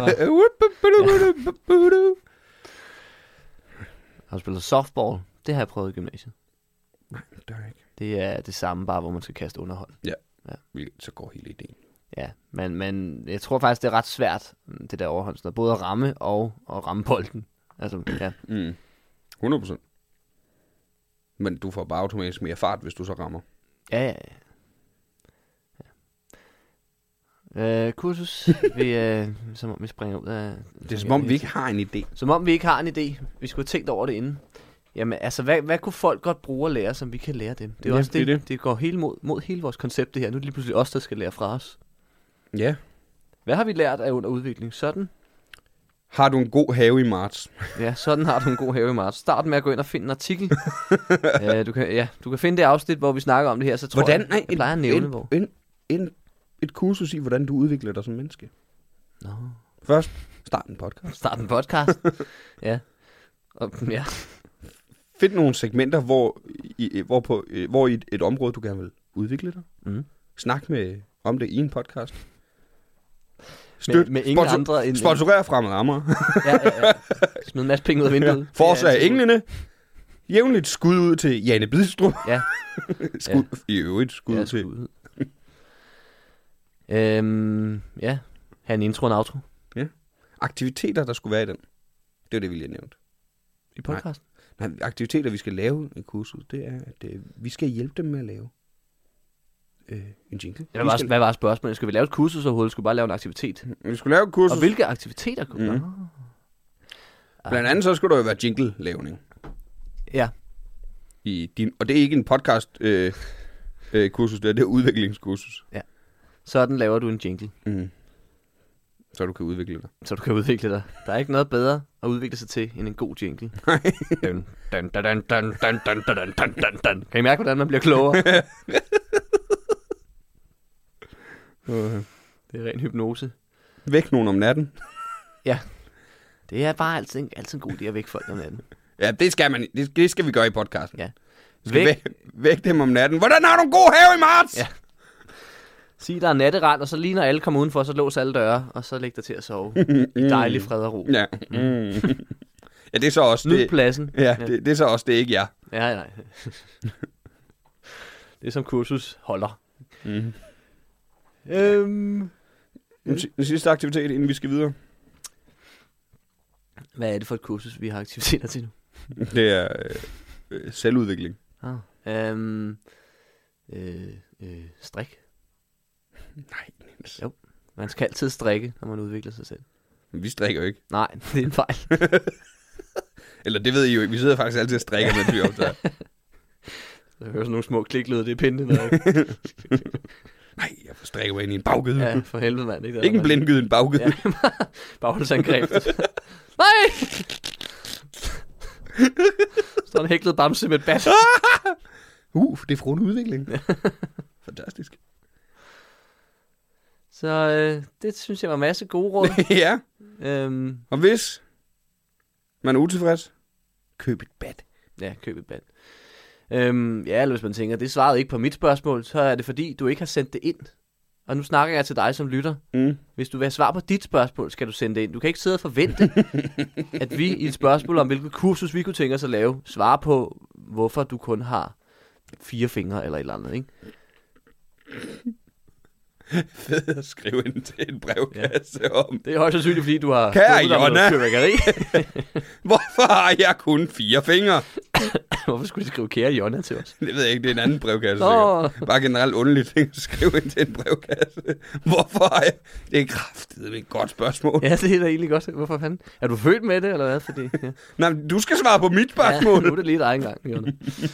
Speaker 3: Har du spillet softball? Det har jeg prøvet i gymnasiet.
Speaker 4: Nej, det har jeg ikke.
Speaker 3: Det er det samme, bare hvor man skal kaste underhold.
Speaker 4: Ja. Så går hele ideen.
Speaker 3: Ja, men jeg tror faktisk, det er ret svært, det der overhold. Både at ramme og at ramme bolden. Altså, ja.
Speaker 4: 100%. Men du får bare automatisk mere fart, hvis du så rammer.
Speaker 3: Ja. Kursus, som om vi springer ud af...
Speaker 4: Det er som om vi ikke har en idé.
Speaker 3: Som om vi ikke har en idé. Vi skulle have tænkt over det inden. Jamen, altså, hvad kunne folk godt bruge at lære, som vi kan lære dem? Det er også det går helt mod hele vores koncept, det her. Nu er det lige pludselig os, der skal lære fra os.
Speaker 4: Ja.
Speaker 3: Hvad har vi lært af under udvikling? Sådan.
Speaker 4: Har du en god have i marts?
Speaker 3: Ja, sådan har du en god have i marts. Start med at gå ind og finde en artikel. Du kan finde det afsnit, hvor vi snakker om det her, så tror jeg plejer at nævne, hvor.
Speaker 4: Et kursus i, hvordan du udvikler dig som menneske.
Speaker 3: Nå.
Speaker 4: Først, start en podcast.
Speaker 3: Start en podcast. Ja. Ja.
Speaker 4: Find nogle segmenter, hvor i et område, du gerne vil udvikle dig.
Speaker 3: Mm.
Speaker 4: Snak om det i en podcast.
Speaker 3: Med ingen andre end...
Speaker 4: Sponsorer Fremad Amager.
Speaker 3: Ja. Smid en masse penge ud af vinduet.
Speaker 4: Ja. Forsag englene. Jævnligt skud ud til Jane Bidstrup.
Speaker 3: Ja.
Speaker 4: I øvrigt skud til...
Speaker 3: Ja. Have en intro og en outro.
Speaker 4: Ja. Aktiviteter, der skulle være i den. Det var det, vi lige nævnt.
Speaker 3: I podcasten?
Speaker 4: Nej, aktiviteter, vi skal lave i kurset, det er, at vi skal hjælpe dem med at lave en jingle.
Speaker 3: Hvad var spørgsmålet? Skal vi lave et kursus overhovedet? Skal vi bare lave en aktivitet?
Speaker 4: Vi skulle lave et kursus.
Speaker 3: Og hvilke aktiviteter kunne vi?
Speaker 4: Blandt andet så skulle der jo være jingle-lavning.
Speaker 3: Ja.
Speaker 4: Og det er ikke en podcast kursus, det er udviklingskursus.
Speaker 3: Ja. Sådan laver du en jingle.
Speaker 4: Mm. Så du kan udvikle dig.
Speaker 3: Der er ikke noget bedre at udvikle sig til end en god jingle. Kan I mærke, hvordan man bliver klogere? Det er ren hypnose.
Speaker 4: Væk nogen om natten.
Speaker 3: Ja. Det er bare altid en god idé at vække folk om natten.
Speaker 4: Ja, det skal vi gøre i podcasten.
Speaker 3: Ja.
Speaker 4: Væk dem om natten. Hvordan har du en god have i marts?
Speaker 3: Ja. Sig, der er natterand, og så lige når alle kommer udenfor, så lås alle døre, og så læg dig til at sove. I dejlig fred og ro.
Speaker 4: Ja. Ja, det er så også
Speaker 3: Nyd pladsen.
Speaker 4: Ja, det er så også det, ikke jeg.
Speaker 3: Ja, nej. Det er som kursus holder.
Speaker 4: Mm. Den sidste aktivitet, inden vi skal videre.
Speaker 3: Hvad er det for et kursus, vi har aktiviteter til nu?
Speaker 4: Det er selvudvikling.
Speaker 3: Strik.
Speaker 4: Nej, Niels.
Speaker 3: Jo, man skal altid strikke, når man udvikler sig selv.
Speaker 4: Men vi strikker jo ikke.
Speaker 3: Nej, det er en fejl.
Speaker 4: Eller det ved I jo ikke. Vi sidder faktisk altid og strikker, mens vi optager.
Speaker 3: Jeg hører sådan nogle små kliklyde, det er pinde.
Speaker 4: Nej, jeg strikker mig ind i en baggøde.
Speaker 3: Ja, for helvede, mand.
Speaker 4: Ikke en blindgyde, en baggøde.
Speaker 3: Ja. Bagholdsangreb. Nej! Står en hæklet bamse med et bat.
Speaker 4: Det er frugende udvikling. Fantastisk.
Speaker 3: Så det synes jeg var en masse gode råd.
Speaker 4: Ja. Og hvis man er utilfreds, køb et bat.
Speaker 3: Ja, køb et bat. Eller hvis man tænker, det svarede ikke på mit spørgsmål, så er det fordi, du ikke har sendt det ind. Og nu snakker jeg til dig som lytter. Hvis du vil have svar på dit spørgsmål, skal du sende det ind. Du kan ikke sidde og forvente, at vi i et spørgsmål om, hvilket kursus vi kunne tænke os at lave, svare på, hvorfor du kun har 4 fingre eller et eller andet, ikke?
Speaker 4: Fedt at skrive ind til en brevkasse om.
Speaker 3: Det er højst sandsynligt, fordi du har...
Speaker 4: Kære Jonna, hvorfor har jeg kun 4 fingre?
Speaker 3: Hvorfor skulle de skrive kære Jonna til os?
Speaker 4: Det ved jeg ikke, det er en anden brevkasse. Bare generelt underlige ting at skrive ind til en brevkasse. Hvorfor har jeg... Det er kraftedeme et godt spørgsmål.
Speaker 3: Ja, det er da egentlig godt. Hvorfor fanden? Er du født med det, eller hvad? Fordi, ja.
Speaker 4: Nej, du skal svare på mit spørgsmål.
Speaker 3: Ja, nu er det lige dig engang, Jonna.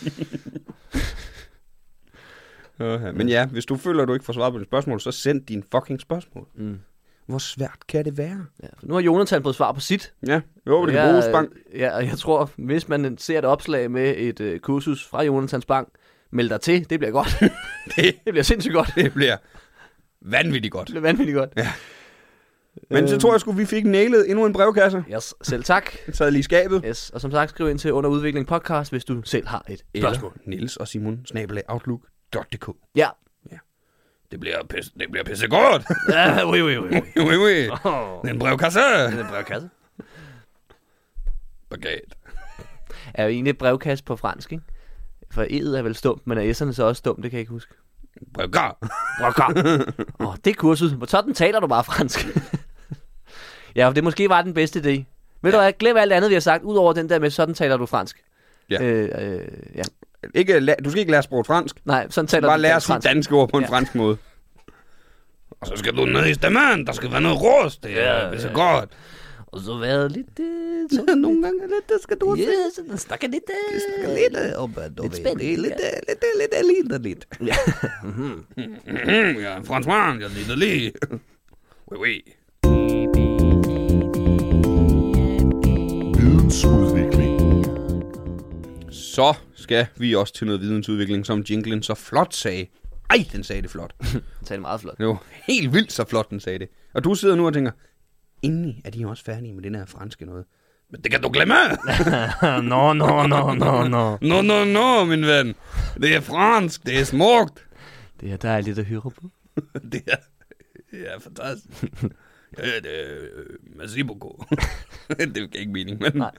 Speaker 4: Men ja, hvis du føler, at du ikke får svaret på dit spørgsmål, så send din fucking spørgsmål. Hvor svært kan det være?
Speaker 3: Ja, for nu har Jonathan fået svar på sit.
Speaker 4: Ja, jo, det kan bruges bank.
Speaker 3: Ja, og jeg tror, hvis man ser et opslag med et kursus fra Jonathans bank, meld dig til, det bliver godt. det bliver sindssygt godt.
Speaker 4: Det bliver vanvittigt godt.
Speaker 3: Det bliver vanvittigt godt.
Speaker 4: Ja. Men så tror jeg sgu, vi fik nailet endnu en brevkasse.
Speaker 3: Yes, selv tak.
Speaker 4: Jeg sad lige i skabet.
Speaker 3: Yes, og som sagt, skriv ind til Under Udvikling Podcast, hvis du selv har et spørgsmål.
Speaker 4: Niels og Simon @outlook.dk.
Speaker 3: Ja.
Speaker 4: Det bliver pissegodt.
Speaker 3: Ja, oui.
Speaker 4: Den brevkasse. Bagat.
Speaker 3: Er jo egentlig brevkasse på fransk, ikke? For E'et er vel stumt, men er S'erne så også stumt, det kan jeg ikke huske.
Speaker 4: Brevkar.
Speaker 3: Det er kursus. Sådan taler du bare fransk. Ja, det måske var den bedste idé. Ved du hvad, glem alt andet, vi har sagt, udover den der med, sådan taler du fransk.
Speaker 4: Ja.
Speaker 3: Ja.
Speaker 4: Du skal ikke lære sproget fransk.
Speaker 3: Nej, sådan taler du
Speaker 4: bare lære at sige danske ord på en fransk måde. Og så skal du ned i stemmen. Der skal være noget rost. Det er så godt.
Speaker 3: Og så være lidt...
Speaker 4: Nogle gange lidt, det skal du
Speaker 3: se. Ja, den snakker lidt...
Speaker 4: Lidt spændende. Lidt.
Speaker 3: Ja.
Speaker 4: Ja, François, jeg lider lige. Oui.
Speaker 6: Vidensudvikling.
Speaker 4: Så skal vi også til noget vidensudvikling, som jinglen så flot sagde. Ej, den sagde det flot.
Speaker 3: Den sagde det meget flot.
Speaker 4: Det var helt vildt så flot, den sagde det. Og du sidder nu og tænker, endelig er de også færdige med den her franske noget. Men det kan du glemme!
Speaker 3: Nå.
Speaker 4: Nå, min ven. Det er fransk, det er smukt.
Speaker 3: Det er dejligt at høre på.
Speaker 4: Det er fantastisk. Ja, det er merci beaucoup. Det er ikke mening, men...
Speaker 3: Nej.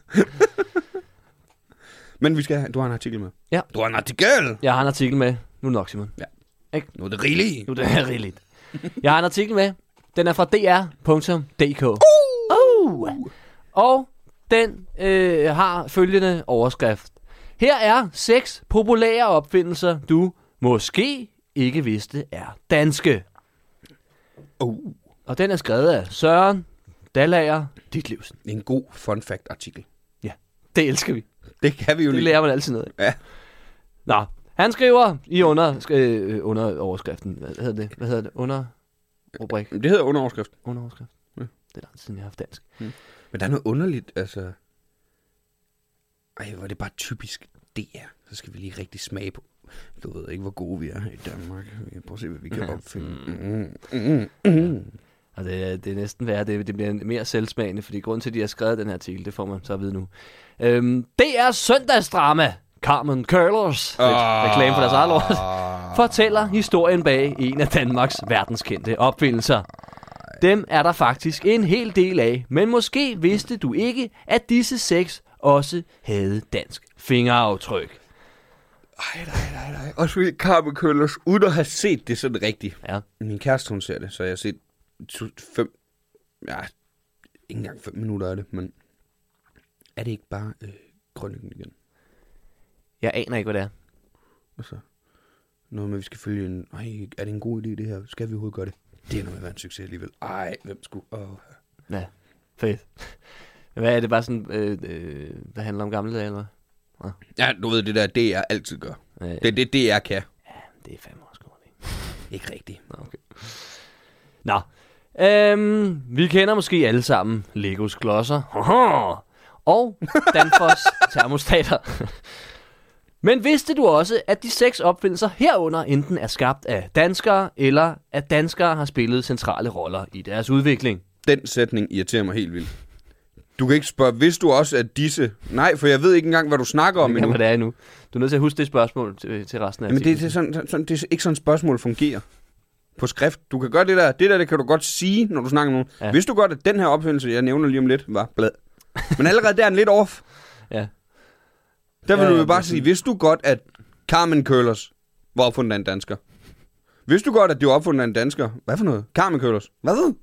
Speaker 4: Men du har en artikel med.
Speaker 3: Ja.
Speaker 4: Du har en artikel!
Speaker 3: Jeg har en artikel med. Nu er det nok, Simon.
Speaker 4: Ja.
Speaker 3: Ikke?
Speaker 4: Nu er det rigeligt.
Speaker 3: Nu er det rigeligt. Jeg har en artikel med. Den er fra dr.dk. Og den har følgende overskrift. Her er 6 populære opfindelser, du måske ikke vidste er danske. Og den er skrevet af Søren Dalager Ditlevsen.
Speaker 4: En god fun fact artikel.
Speaker 3: Ja, det elsker vi.
Speaker 4: Det kan vi jo
Speaker 3: Det
Speaker 4: lige.
Speaker 3: lærer man altid noget af.
Speaker 4: Ja.
Speaker 3: Nå, han skriver i under overskriften. Hvad hedder det? Under rubrik.
Speaker 4: Det hedder underoverskrift.
Speaker 3: Underoverskrift.
Speaker 4: Ja.
Speaker 3: Det er lang tid, jeg har haft dansk.
Speaker 4: Men der er noget underligt, altså... Ej, hvor er det bare typisk DR. Så skal vi lige rigtig smage på. Du ved ikke, hvor gode vi er i Danmark. Prøv at se, hvad vi kan opfinde.
Speaker 3: Og det er næsten værre. Det bliver mere selvsmagende, fordi grunden til, at de har skrevet den her artikel, det får man så at vide nu. Det er søndagsdrama. Carmen Curlers, reklame for deres eget lort, fortæller historien bag en af Danmarks verdenskendte opfindelser. Dem er der faktisk en hel del af, men måske vidste du ikke, at disse 6 også havde dansk fingeraftryk.
Speaker 4: Nej. Også fordi Carmen Curlers, uden at have set det sådan rigtigt.
Speaker 3: Ja.
Speaker 4: Min kæreste, hun ser det, så jeg har set 5... Ja, ikke engang 5 minutter af det, men... Er det ikke bare Krøniken igen?
Speaker 3: Jeg aner ikke, hvad det er.
Speaker 4: Altså, noget med, at vi skal følge en... Ej, er det en god idé, det her? Skal vi overhovedet gøre det? Det er noget med at være en succes alligevel. Ej, hvem skulle...
Speaker 3: Ja, fedt. Hvad er det bare sådan, der handler om gamle dage, eller hvad?
Speaker 4: Ja, du ved det der, DR altid gør.
Speaker 3: Ja.
Speaker 4: Det er det, DR kan.
Speaker 3: Ja, det er fandme også godt.
Speaker 4: Ikke rigtigt.
Speaker 3: Okay. Nå, vi kender måske alle sammen Legos klodser. Og Danfoss termostater. Men vidste du også, at de 6 opfindelser herunder enten er skabt af danskere, eller at danskere har spillet centrale roller i deres udvikling?
Speaker 4: Den sætning irriterer mig helt vildt. Du kan ikke spørge, vidste du også, at disse... Nej, for jeg ved ikke engang, hvad du snakker om endnu.
Speaker 3: Hvad det er endnu. Du er nødt til at huske det spørgsmål til resten af
Speaker 4: Men det er, det er ikke sådan et spørgsmål fungerer. På skrift. Du kan gøre det der. Det kan du godt sige, når du snakker med nogen.
Speaker 3: Ja.
Speaker 4: Vidste du godt, at den her opfindelse, jeg nævner lige om lidt, var blad. Men allerede der er en lidt off.
Speaker 3: Ja.
Speaker 4: Der vil du jo bare sige, vidste du godt, at Carmen Curlers var opfundet af en dansker? Vidste du godt, at det var opfundet af en dansker? Hvad for noget? Carmen Curlers. Hvad?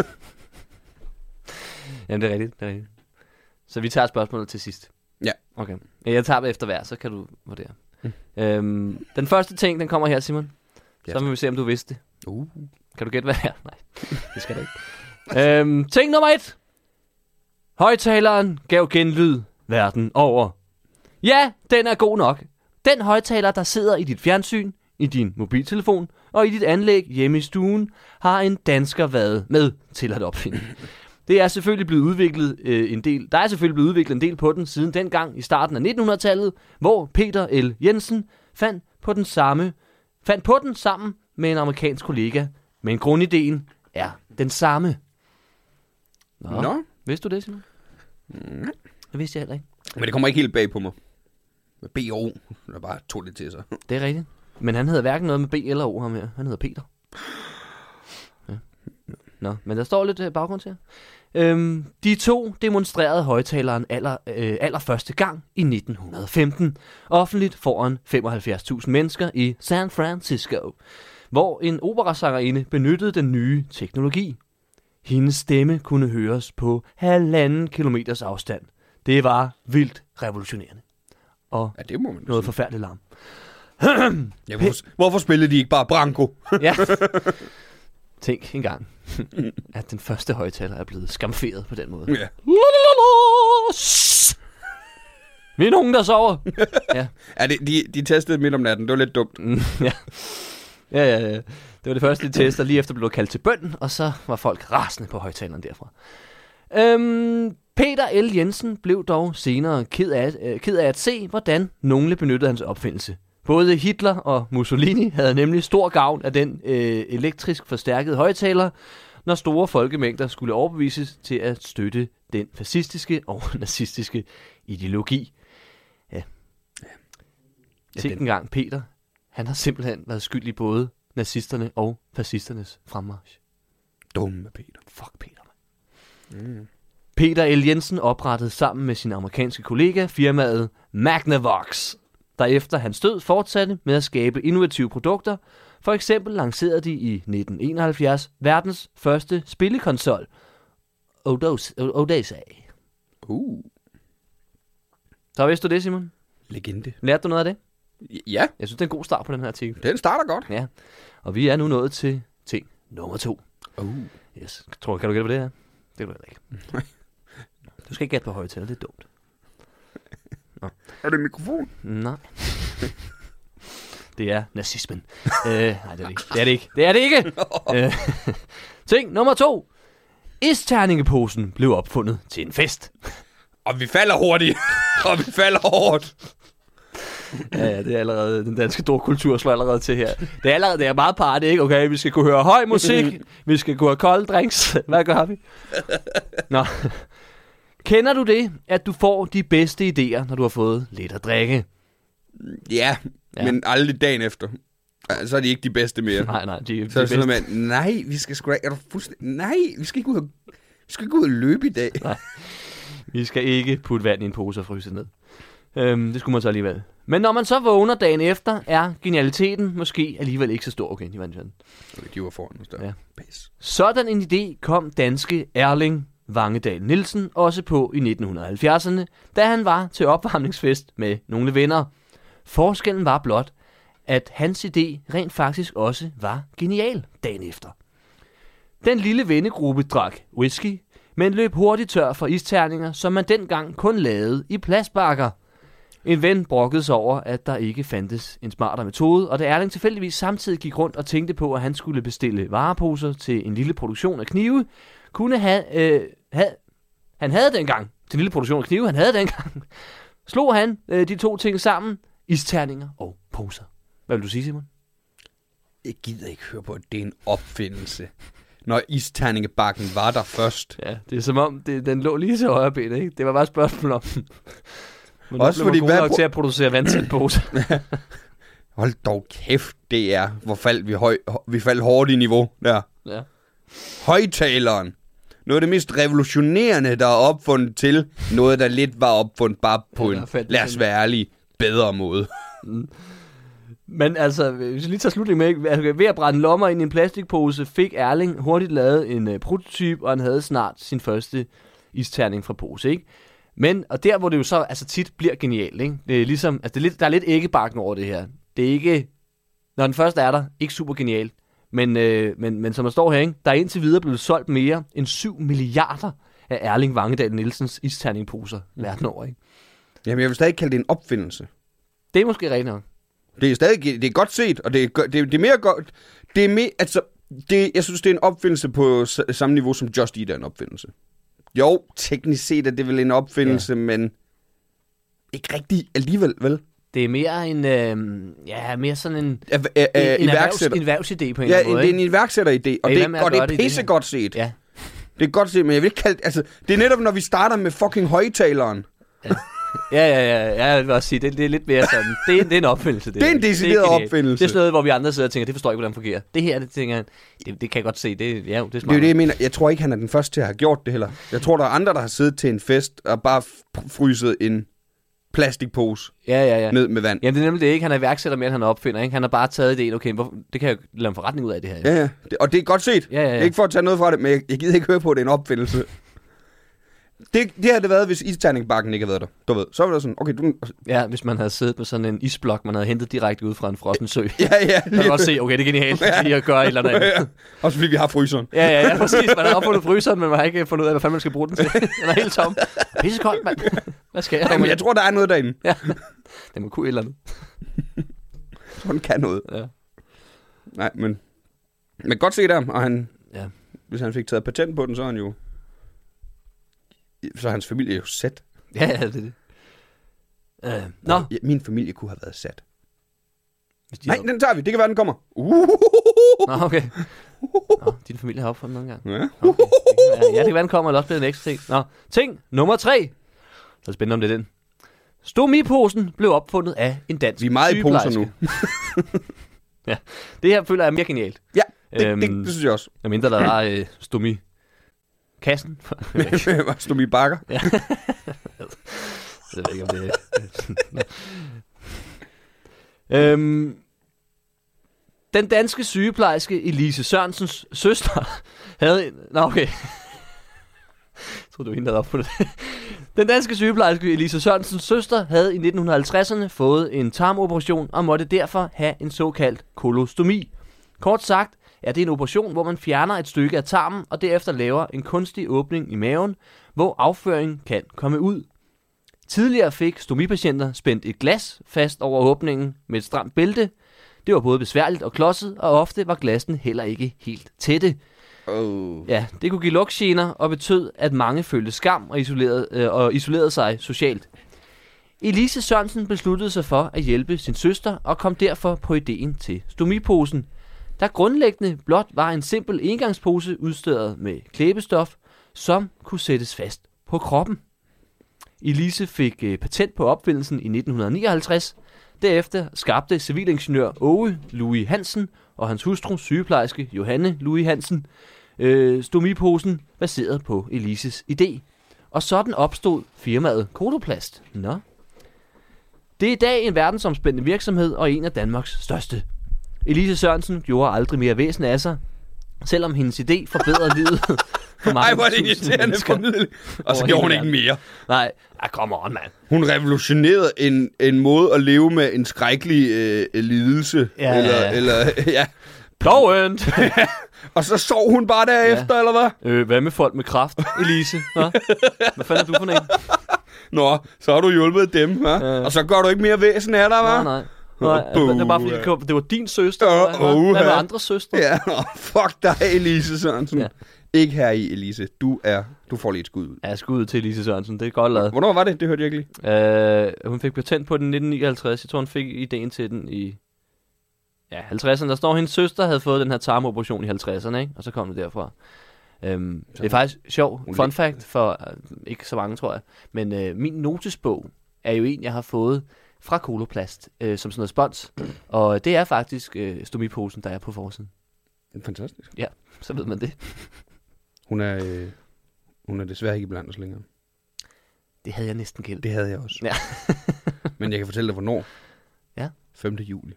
Speaker 3: Jamen, det er rigtigt. Så vi tager spørgsmålet til sidst.
Speaker 4: Ja.
Speaker 3: Okay. Jeg tager det efter hver, så kan du vurdere. Den første ting, den kommer her, Simon. Så må vi se, om du vidste det. Kan du gætte, hvad det er? Nej, det skal du ikke. Ting nummer 1. Højtaleren gav genlyd verden over. Ja, den er god nok. Den højtaler, der sidder i dit fjernsyn, i din mobiltelefon og i dit anlæg hjemme i stuen, har en dansker været med til at opfinde. Det er selvfølgelig blevet udviklet en del. Der er selvfølgelig blevet udviklet en del på den siden dengang i starten af 1900-tallet, hvor Peter L. Jensen fandt på den sammen med en amerikansk kollega, men grundideen er den samme. Nå. Vidste du det, Simon? Det vidste jeg heller ikke.
Speaker 4: Men det kommer ikke helt bag på mig. Med B og O, der bare tog det til sig.
Speaker 3: Det er rigtigt. Men han hedder hverken noget med B eller O ham her. Han hedder Peter. Ja. Nå, men der står lidt baggrund til. De 2 demonstrerede højtaleren allerførste gang i 1915, offentligt foran 75.000 mennesker i San Francisco, hvor en operasangerinde benyttede den nye teknologi. Hendes stemme kunne høres på 1,5 kilometers afstand. Det var vildt revolutionerende. Og
Speaker 4: ja, det må man
Speaker 3: noget forfærdeligt larm.
Speaker 4: Ja, hvorfor spillede de ikke bare Branko? Ja.
Speaker 3: Tænk engang, at den første højtaler er blevet skamferet på den måde.
Speaker 4: Ja.
Speaker 3: Vi er nogen, der sover. Ja.
Speaker 4: Ja, de testede midt om natten. Det var lidt dumt.
Speaker 3: Ja. Ja. Det var det første, de tester, lige efter blev kaldt til bøn, og så var folk rasende på højtaleren derfra. Peter L. Jensen blev dog senere ked af at se, hvordan nogle benyttede hans opfindelse. Både Hitler og Mussolini havde nemlig stor gavn af den elektrisk forstærkede højtaler, når store folkemængder skulle overbevises til at støtte den fascistiske og nazistiske ideologi. Ja. Tænk engang, Peter, han har simpelthen været skyld i både nazisterne og fascisternes fremmarch.
Speaker 4: Dumme Peter.
Speaker 3: Fuck Peter, man. Peter L. Jensen oprettede sammen med sin amerikanske kollega firmaet Magnavox, der efter hans død fortsatte med at skabe innovative produkter. For eksempel lancerede de i 1971 verdens første spillekonsol, Odyssey. Så vidste du det, Simon?
Speaker 4: Legende.
Speaker 3: Lærte du noget af det?
Speaker 4: Ja.
Speaker 3: Jeg synes, det er en god start på den her artikel.
Speaker 4: Den starter godt.
Speaker 3: Ja, og vi er nu nået til ting nummer 2. Yes. Kan du gætte på det her? Det kan du heller ikke. Du skal ikke gætte på højtaler, det er dumt. Nå.
Speaker 5: Er det mikrofon?
Speaker 3: Nej. Det er nazismen. Nej, det er det ikke. Det er det ikke. Ting nummer 2. Isterningeposen blev opfundet til en fest.
Speaker 4: Og vi falder hurtigt. Og vi falder hårdt.
Speaker 3: Ja, det er allerede, den danske dorkultur slår allerede til her. Det er meget party, ikke? Okay, vi skal kunne høre høj musik, vi skal kunne have kolde drinks. Hvad gør vi? Nå. Kender du det, at du får de bedste idéer, når du har fået lidt at drikke?
Speaker 4: Ja, men aldrig dagen efter. Så er de ikke de bedste mere.
Speaker 3: Nej, de
Speaker 4: så er det
Speaker 3: bedste.
Speaker 4: sådan, nej, vi skal sgu da, er du fuldstændig, nej, vi skal ikke ud og løbe i dag.
Speaker 3: Nej, vi skal ikke putte vand i en pose og fryse ned. Det skulle man så alligevel. Men når man så vågner dagen efter, er genialiteten måske alligevel ikke så stor. Okay, de
Speaker 4: var foran os der.
Speaker 3: Ja.
Speaker 4: Pis.
Speaker 3: Sådan en idé kom danske Erling Vangedal Nielsen også på i 1970'erne, da han var til opvarmningsfest med nogle venner. Forskellen var blot, at hans idé rent faktisk også var genial dagen efter. Den lille vennegruppe drak whisky, men løb hurtigt tør for isterninger, som man dengang kun lavede i plastbakker. En ven brokkede sig over, at der ikke fandtes en smartere metode, og da Erling tilfældigvis samtidig gik rundt og tænkte på, at han skulle bestille vareposer til en lille produktion af knive, slog han de to ting sammen, isterninger og poser. Hvad vil du sige, Simon?
Speaker 4: Jeg gider ikke høre på, at det er en opfindelse. Når isterningebakken var der først.
Speaker 3: Ja, det er som om, den lå lige til højre ben, ikke? Det var bare et spørgsmål om den. Men
Speaker 4: også fordi
Speaker 3: man nok til at producere vandtæt poser.
Speaker 4: Hold dog kæft, det er, vi faldt hårdt i niveau der.
Speaker 3: Ja.
Speaker 4: Højtaleren. Noget af det mest revolutionerende, der er opfundet til noget, der lidt var opfundet bare på en, lad os være ærlig, bedre måde.
Speaker 3: Men altså, hvis vi lige tager slutning med, altså, ved at brænde lommer ind i en plastikpose, fik Erling hurtigt lavet en prototyp, og han havde snart sin første isterning fra pose, ikke? Men, og der hvor det jo så altså tit bliver genialt, ikke? Det er ligesom, altså der er lidt æggebakken over det her. Det er ikke, når den første er der, ikke super genialt. Men som der står her, ikke? Der er indtil videre blevet solgt mere end 7 milliarder af Erling Vangedal Nielsens isterningposer verden over, ikke?
Speaker 4: Jamen, jeg vil stadig kalde det en opfindelse.
Speaker 3: Det er måske rigtigt nok.
Speaker 4: Det er stadig, det er godt set, og det er mere godt. Det er mere, altså, jeg synes, det er en opfindelse på samme niveau som Just Eat er en opfindelse. Jo, teknisk set er det vel en opfindelse, men ikke rigtig alligevel, vel?
Speaker 3: Det er mere en, mere sådan en erhvervsidé på en eller anden måde.
Speaker 4: Ja, det er en iværksætteridé, og det er pissegodt set.
Speaker 3: Ja.
Speaker 4: Det er godt set, men jeg vil ikke kalde altså, det er netop, når vi starter med fucking højtaleren.
Speaker 3: Ja, jeg vil også sige, det er lidt mere sådan, det er en opfindelse. Det er en
Speaker 4: decideret opfindelse.
Speaker 3: Det er sådan noget, hvor vi andre sidder og tænker, det forstår ikke, hvordan det fungerer. Det her, det tænker det kan jeg godt se, det er smart.
Speaker 4: Det er jo det, jeg mener. Jeg tror ikke, han er den første til at have gjort det heller. Jeg tror, der er andre, der har siddet til en fest og bare fryset en plastikpose ned med vand.
Speaker 3: Jamen, det er nemlig det ikke. Han er iværksætter mere, end han opfinder, ikke? Han har bare taget idéen, okay, det kan jeg lade en forretning ud af det her.
Speaker 4: Ja. Og det er godt set.
Speaker 3: Ja.
Speaker 4: Ikke for at tage noget fra det, men jeg gider ikke høre på, at det er en opfindelse. Det havde det været, hvis isterningebakken ikke havde været der. Du ved, så var det sådan, okay,
Speaker 3: Ja, hvis man havde siddet på sådan en isblok, man havde hentet direkte ud fra en frossen sø.
Speaker 4: Ja.
Speaker 3: Man kan godt se, okay, det er genialt, lige at gøre et eller andet.
Speaker 4: Ja. Også fordi vi har fryseren.
Speaker 3: Ja, præcis. Man har opfundet fryseren, men man har ikke fundet ud af, hvad fanden man skal bruge den til. Den er helt tom. Pissekoldt, mand. Hvad skal jeg?
Speaker 4: Jamen, jeg tror, der er noget derinde.
Speaker 3: Ja, det må kunne et eller andet.
Speaker 4: Så den kan noget.
Speaker 3: Ja.
Speaker 4: Nej, men man kan godt se der, og han,
Speaker 3: Ja.
Speaker 4: hvis han fik taget patent på den, så er han jo, så er hans familie jo sat.
Speaker 3: Ja, det er det. Nå.
Speaker 4: Ja, min familie kunne have været sat.
Speaker 3: Hvis de
Speaker 4: Nej, den tager vi. Det kan være, den kommer.
Speaker 3: Nå, okay. Nå, din familie har opfundet nogle gange.
Speaker 4: Ja.
Speaker 3: Okay. Ja, det kan være, den kommer, eller også bliver en ekstra ting. Nå, ting nummer 3. Så er det spændende, om det er den. Stomiposen blev opfundet af en dansk
Speaker 4: Vi er meget i poser nu.
Speaker 3: Ja, det her føler jeg er mere genialt.
Speaker 4: Ja, det synes jeg også.
Speaker 3: Jeg mindre der var stomi-kassen.
Speaker 4: Stomi bakker.
Speaker 3: Ja. Jeg ved ikke, om det er... Den danske sygeplejerske Elise Sørensens søster havde... Nå, okay. Jeg troede, det var hende, der havde opfundet det. Den danske sygeplejerske Elise Sørensens søster havde i 1950'erne fået en tarmoperation og måtte derfor have en såkaldt kolostomi. Kort sagt er det en operation, hvor man fjerner et stykke af tarmen og derefter laver en kunstig åbning i maven, hvor afføring kan komme ud. Tidligere fik stomipatienter spændt et glas fast over åbningen med et stramt bælte. Det var både besværligt og klodset, og ofte var glassene heller ikke helt tætte. Ja, det kunne give lugtgener og betød, at mange følte skam og isolerede sig socialt. Elise Sørensen besluttede sig for at hjælpe sin søster og kom derfor på ideen til stomiposen, der grundlæggende blot var en simpel engangspose udstyret med klæbestof, som kunne sættes fast på kroppen. Elise fik patent på opfindelsen i 1959. Derefter skabte civilingeniør Åge Louis Hansen og hans hustru sygeplejerske Johanne Louis Hansen stomiposen baseret på Elises idé. Og sådan opstod firmaet Coloplast. Nå. Det er i dag en verdensomspændende virksomhed og en af Danmarks største. Elise Sørensen gjorde aldrig mere væsen af sig, selvom hendes idé forbedrede livet for mange.
Speaker 4: Ej, hvor er det irriterende formidling. Og så gjorde hun ikke mere.
Speaker 3: Nej, come on, mand.
Speaker 4: Hun revolutionerede en måde at leve med en skrækkelig lidelse.
Speaker 3: Ja.
Speaker 4: Eller ja.
Speaker 3: Plovent!
Speaker 4: Og så sov hun bare derefter, eller hvad?
Speaker 3: Hvad med folk med kræft, Elise? Hvad fanden er du for en?
Speaker 4: Nå, så har du hjulpet dem, hva'? Og så gør du ikke mere væsen af dig, hva'?
Speaker 3: Nej. Det er bare fordi, det var din søster. Hvad med andre søstre?
Speaker 4: Ja, fuck dig, Elise Sørensen. Ja. Ikke her i, Elise. Du får lige et skud ud.
Speaker 3: Ja, skud til Elise Sørensen. Det er godt lavet.
Speaker 4: Hvornår var det? Det hørte jeg ikke lige.
Speaker 3: Hun fik patent på den i 1959. Jeg tror, hun fik ideen til den i 50'erne. Der står, hendes søster havde fået den her tarmoperation i 50'erne, ikke? Og så kom det derfra. Det er faktisk sjov fun fact for ikke så mange, tror jeg. Men min notesbog er jo en, jeg har fået fra Coloplast som sådan noget spons. Og det er faktisk stomiposen, der er på forsiden.
Speaker 4: Fantastisk.
Speaker 3: Ja, så ved man det.
Speaker 4: Hun er desværre ikke blandt os længere.
Speaker 3: Det havde jeg næsten gældt.
Speaker 4: Det havde jeg også.
Speaker 3: Ja.
Speaker 4: Men jeg kan fortælle dig, hvornår.
Speaker 3: Ja.
Speaker 4: 5. juli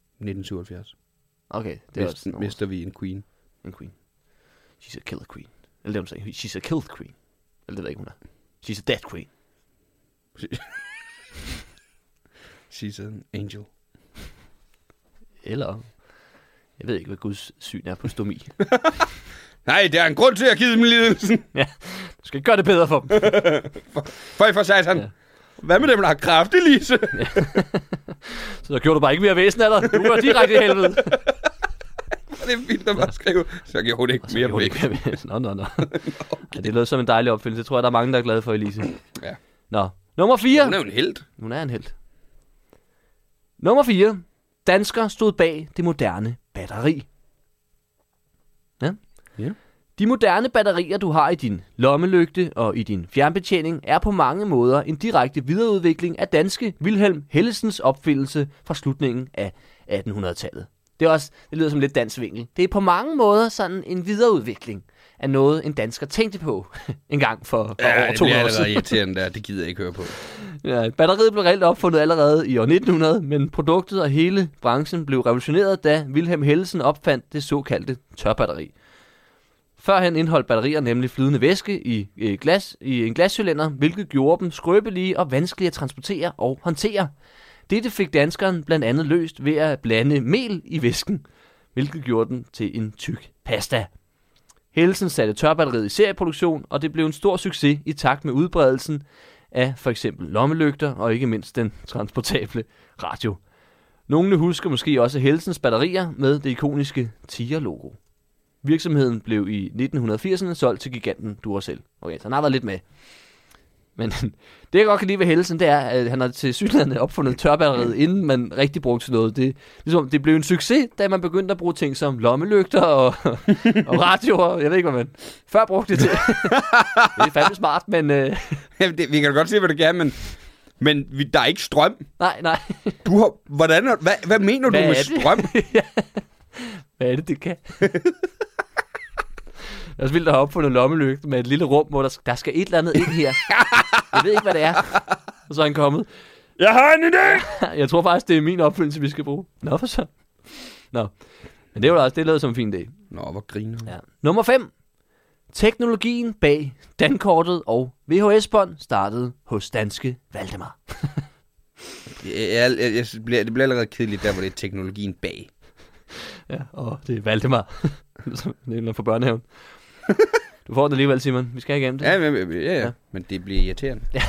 Speaker 4: 1977.
Speaker 3: Okay, det er også
Speaker 4: mister vi en queen.
Speaker 3: En queen. She's a killer queen. Eller det, hun sagde. She's a killed queen. Eller det ved ikke, hun er. She's a dead queen.
Speaker 4: She's an angel.
Speaker 3: Eller... Jeg ved ikke, hvad Guds syn er på stomi.
Speaker 4: Nej, det er en grund til at give dem lidelsen.
Speaker 3: Ja, du skal gøre det bedre for dem.
Speaker 4: for satan. Ja. Hvad med dem, der har kræft, Elise?
Speaker 3: Ja. Så der gjorde du bare ikke mere væsen af dig. Du var direkte i helvede.
Speaker 4: Det er fint at bare skrive. Så gjorde hun ikke mere væsen.
Speaker 3: Nå. Okay. Ja, det lød som en dejlig opfindelse. Det tror jeg, der er mange, der er glade for, Elise.
Speaker 4: Ja.
Speaker 3: Nå, nummer 4.
Speaker 4: Hun er jo en helt.
Speaker 3: Hun er en helt. Nummer 4. Danskere stod bag det moderne batteri. Ja. De moderne batterier, du har i din lommelygte og i din fjernbetjening, er på mange måder en direkte videreudvikling af danske Wilhelm Hellesens opfindelse fra slutningen af 1800-tallet. Det lyder som lidt dansk vinkel. Det er på mange måder sådan en videreudvikling af noget, en dansker tænkte på en gang for over 200 år siden.
Speaker 4: Ja, det er irriterende der. Det gider jeg ikke høre på.
Speaker 3: Ja, batteriet blev reelt opfundet allerede i år 1900, men produktet og hele branchen blev revolutioneret, da Wilhelm Hellesen opfandt det såkaldte tørbatteri. Førhen indeholdt batterier nemlig flydende væske i en glascylinder, hvilket gjorde dem skrøbelige og vanskelige at transportere og håndtere. Dette fik danskeren blandt andet løst ved at blande mel i væsken, hvilket gjorde den til en tyk pasta. Hellesen satte tørbatteriet i serieproduktion, og det blev en stor succes i takt med udbredelsen af for eksempel lommelygter og ikke mindst den transportable radio. Nogle husker måske også Helsens batterier med det ikoniske Tiger-logo. Virksomheden blev i 1980'erne solgt til giganten Duracell. Okay, så han har været lidt med. Men det, jeg godt kan lide ved Helsen, det er, at han har til synligheden opfundet tørbatteriet, inden man rigtig brugte til noget. Det blev en succes, da man begyndte at bruge ting som lommelygter og radioer. Jeg ved ikke, hvad man før brugte det til. Det er fandme smart, men...
Speaker 4: Vi kan godt se, hvad det kan, men der er ikke strøm.
Speaker 3: Nej.
Speaker 4: Hvad mener du med strøm?
Speaker 3: Hvad er det kan? Det er også vildt at have opfundet lommelygte med et lille rum, hvor der skal et eller andet ind her. Jeg ved ikke, hvad det er. Og så er han kommet.
Speaker 5: Jeg har en idé!
Speaker 3: Jeg tror faktisk, det er min opfindelse, vi skal bruge. Nå, for så. Nå. Men det var også, det lød som en fin idé.
Speaker 4: Nå, hvor griner.
Speaker 3: Ja. Nummer 5. Teknologien bag dankortet og VHS-bånd startede hos danske Valdemar.
Speaker 4: Det bliver allerede kedeligt, der hvor det er teknologien bag.
Speaker 3: Ja, og det er Valdemar. Det er for børnehaven. Du får det alligevel, Simon. Vi skal igennem det.
Speaker 4: Ja. Men det bliver irriterende. Ja.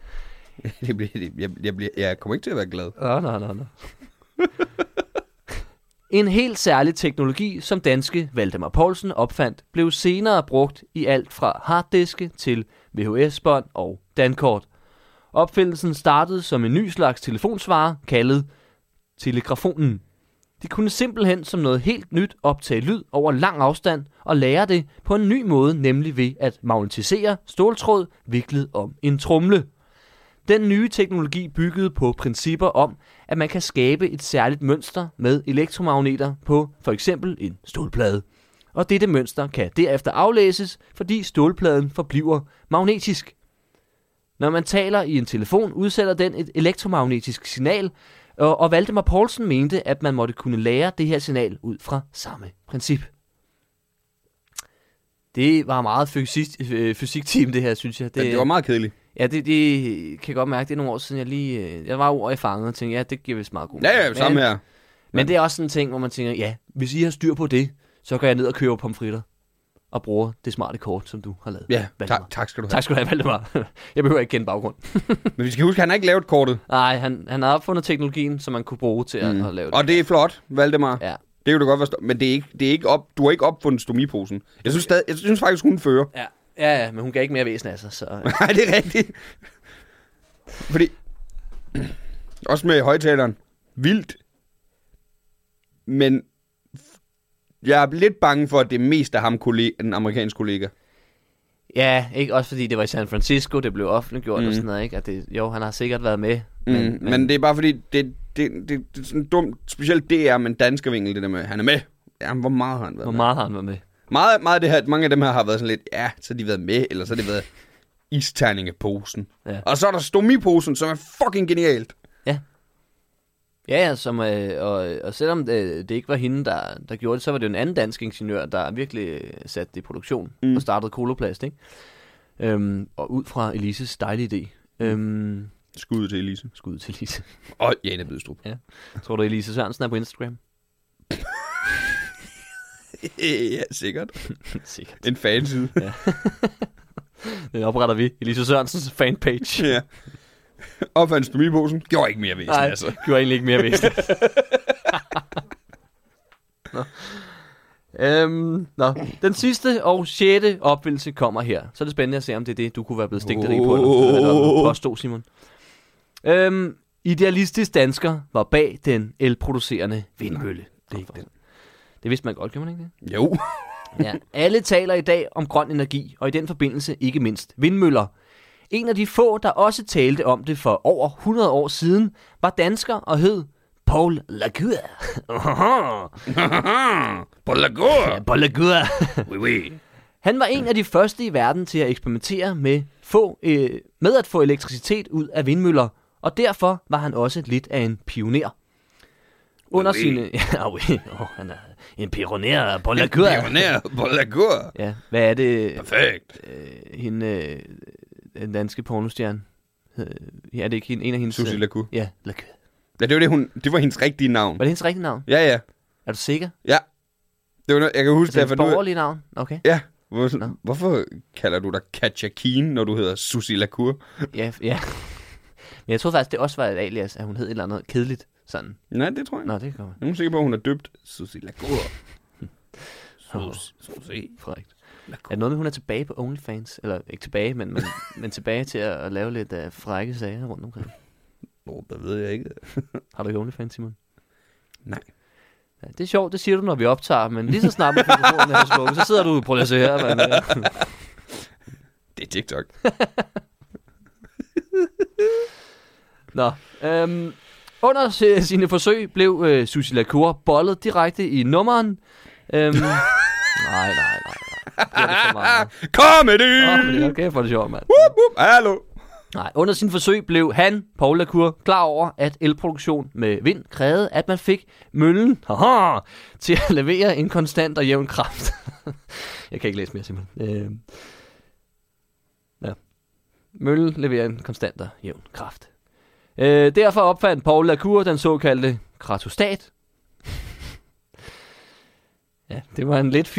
Speaker 4: Jeg kommer ikke til at være glad.
Speaker 3: Nå. En helt særlig teknologi, som danske Valdemar Poulsen opfandt, blev senere brugt i alt fra harddiske til VHS-bånd og dankort. Opfindelsen startede som en ny slags telefonsvarer, kaldet telegrafonen. De kunne simpelthen som noget helt nyt optage lyd over lang afstand og lære det på en ny måde, nemlig ved at magnetisere ståltråd viklet om en tromle. Den nye teknologi byggede på principper om, at man kan skabe et særligt mønster med elektromagneter på for eksempel en stålplade. Og dette mønster kan derefter aflæses, fordi stålpladen forbliver magnetisk. Når man taler i en telefon, udsætter den et elektromagnetisk signal, og Valdemar Poulsen mente, at man måtte kunne lære det her signal ud fra samme princip. Det var meget fysikteam, det her, synes jeg.
Speaker 4: Det var meget kedeligt.
Speaker 3: Ja, det kan jeg godt mærke. Det er nogle år siden, jeg var over i fanget og tænkte, ja, det giver vist meget god.
Speaker 4: Ja, samme her.
Speaker 3: Men det er også sådan en ting, hvor man tænker, ja, hvis I har styr på det, så går jeg ned og køber pomfritter og bruger det smarte kort, som du har lavet.
Speaker 4: Ja, tak skal du have.
Speaker 3: Tak skal du have, Valdemar. Jeg behøver ikke kende baggrund.
Speaker 4: Men vi skal huske, at han har ikke lavet kortet.
Speaker 3: Nej, han har opfundet teknologien, som man kunne bruge til at lave det.
Speaker 4: Og det er flot, Valdemar.
Speaker 3: Ja.
Speaker 4: Det kan du godt forstå. Men det er ikke du har ikke opfundet stomiposen. Jeg synes faktisk, hun fører.
Speaker 3: Ja, men hun gav ikke mere væsen af sig. Så...
Speaker 4: Nej, det er rigtigt. Fordi, også med højtaleren, vildt. Men jeg er lidt bange for, at det er mest af ham, den amerikanske kollega. Ja,
Speaker 3: ikke også fordi det var i San Francisco, det blev offentliggjort og sådan noget, ikke? At han har sikkert været med.
Speaker 4: Men det er bare fordi, det er sådan dumt, specielt DR, men danske vinkel, det der med, han er med. Ja, hvor meget har han været med?
Speaker 3: Hvor meget har han været med?
Speaker 4: Meget det her, mange af dem her har været sådan lidt, ja, så har de været med, eller så har det været isterningeposen. Ja. Og så er der stomiposen, som er fucking genialt. Ja.
Speaker 3: Ja, og selvom det ikke var hende, der gjorde det, så var det jo en anden dansk ingeniør, der virkelig satte det i produktion og startede Coloplast, ikke? Og ud fra Elises dejlige idé.
Speaker 4: Skud til Elise.
Speaker 3: Skud til Elise.
Speaker 4: Og Jane Bidstrup.
Speaker 3: Ja. Tror du, Elise Sørensen er på Instagram?
Speaker 4: Ja, sikkert.
Speaker 3: Sikkert.
Speaker 4: En fanside.
Speaker 3: Ja. Den opretter vi. Elise Sørensens fanpage.
Speaker 4: Ja. Opfandt stomiposen. Gjorde ikke mere væsen,
Speaker 3: Nej,
Speaker 4: altså.
Speaker 3: Gjorde egentlig ikke mere væsen. Nå. Den sidste og 6. opfindelse kommer her. Så er det spændende at se, om det er det, du kunne være blevet stigtet i på, eller du påstod, Simon. Idealistisk dansker var bag den elproducerende vindmølle. Det vidste man godt, kan man ikke det?
Speaker 4: Jo.
Speaker 3: Ja. Alle taler i dag om grøn energi, og i den forbindelse ikke mindst vindmøller. En af de få, der også talte om det for over 100 år siden, var dansker og hed Paul Lacour.
Speaker 4: Paul Lacour.
Speaker 3: Ja, Paul Lacour.
Speaker 4: Oui, oui.
Speaker 3: Han var en af de første i verden til at eksperimentere med at få elektricitet ud af vindmøller, og derfor var han også lidt af en pioner. Under sine... Ja, han er en pioner på la cour.
Speaker 4: En pioner på la cour.
Speaker 3: Ja, hvad er det?
Speaker 4: Perfekt.
Speaker 3: Den danske pornostjerne. Ja, er det ikke en af hendes...
Speaker 4: Susie Lacour.
Speaker 3: Ja, Lacour.
Speaker 4: Ja, det var hendes rigtige navn.
Speaker 3: Var det hendes rigtige navn?
Speaker 4: Ja.
Speaker 3: Er du sikker?
Speaker 4: Ja. Det var noget, jeg kan huske
Speaker 3: det. Er det borgerlige navn? Okay.
Speaker 4: Ja. Hvorfor kalder du dig Katja Keen, når du hedder Susie Lacour?
Speaker 3: Ja. Men jeg tror faktisk, det også var et alias, at hun hed et eller andet kedeligt. Sådan.
Speaker 4: Nej, det tror jeg.
Speaker 3: Nå, det kan man.
Speaker 4: Jeg er sikker på, at hun er døbt Susie Lacour.
Speaker 3: Frækt. Er det noget med, hun er tilbage på OnlyFans? Eller ikke tilbage, men tilbage til at lave lidt frække sager rundt omkring?
Speaker 4: Nå, det ved jeg ikke.
Speaker 3: Har du ikke OnlyFans, Simon?
Speaker 4: Nej.
Speaker 3: Ja, det er sjovt, det siger du, når vi optager, men lige så snart med mikrofonen er slukket, så sidder du på at se her, mand.
Speaker 4: Det er TikTok.
Speaker 3: Nå, under sine forsøg blev Susie Lacour bollet direkte i nummeren. Nej. Det er så meget.
Speaker 4: Comedy!
Speaker 3: Okay, for det sjovt, mand.
Speaker 4: Hallo!
Speaker 3: Nej, under sin forsøg blev Paul Lacour, klar over, at elproduktion med vind krævede, at man fik møllen til at levere en konstant og jævn kraft. Jeg kan ikke læse mere, simpelthen. Ja. Møllen leverer en konstant og jævn kraft. Derfor opfandt Paul Lacour den såkaldte kratostat. Ja, det var lidt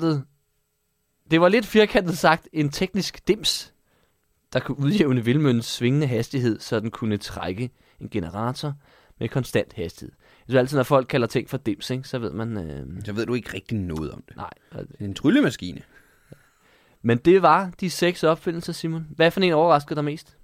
Speaker 3: firkantet sagt en teknisk dims, der kunne udjævne vindmøllens svingende hastighed, så den kunne trække en generator med konstant hastighed. Så altid, når folk kalder ting for dims, ikke, så ved man...
Speaker 4: Så ved du ikke rigtig noget om det.
Speaker 3: Nej.
Speaker 4: Det er en tryllemaskine.
Speaker 3: Men det var de 6 opfindelser, Simon. Hvad for en overraskede dig mest?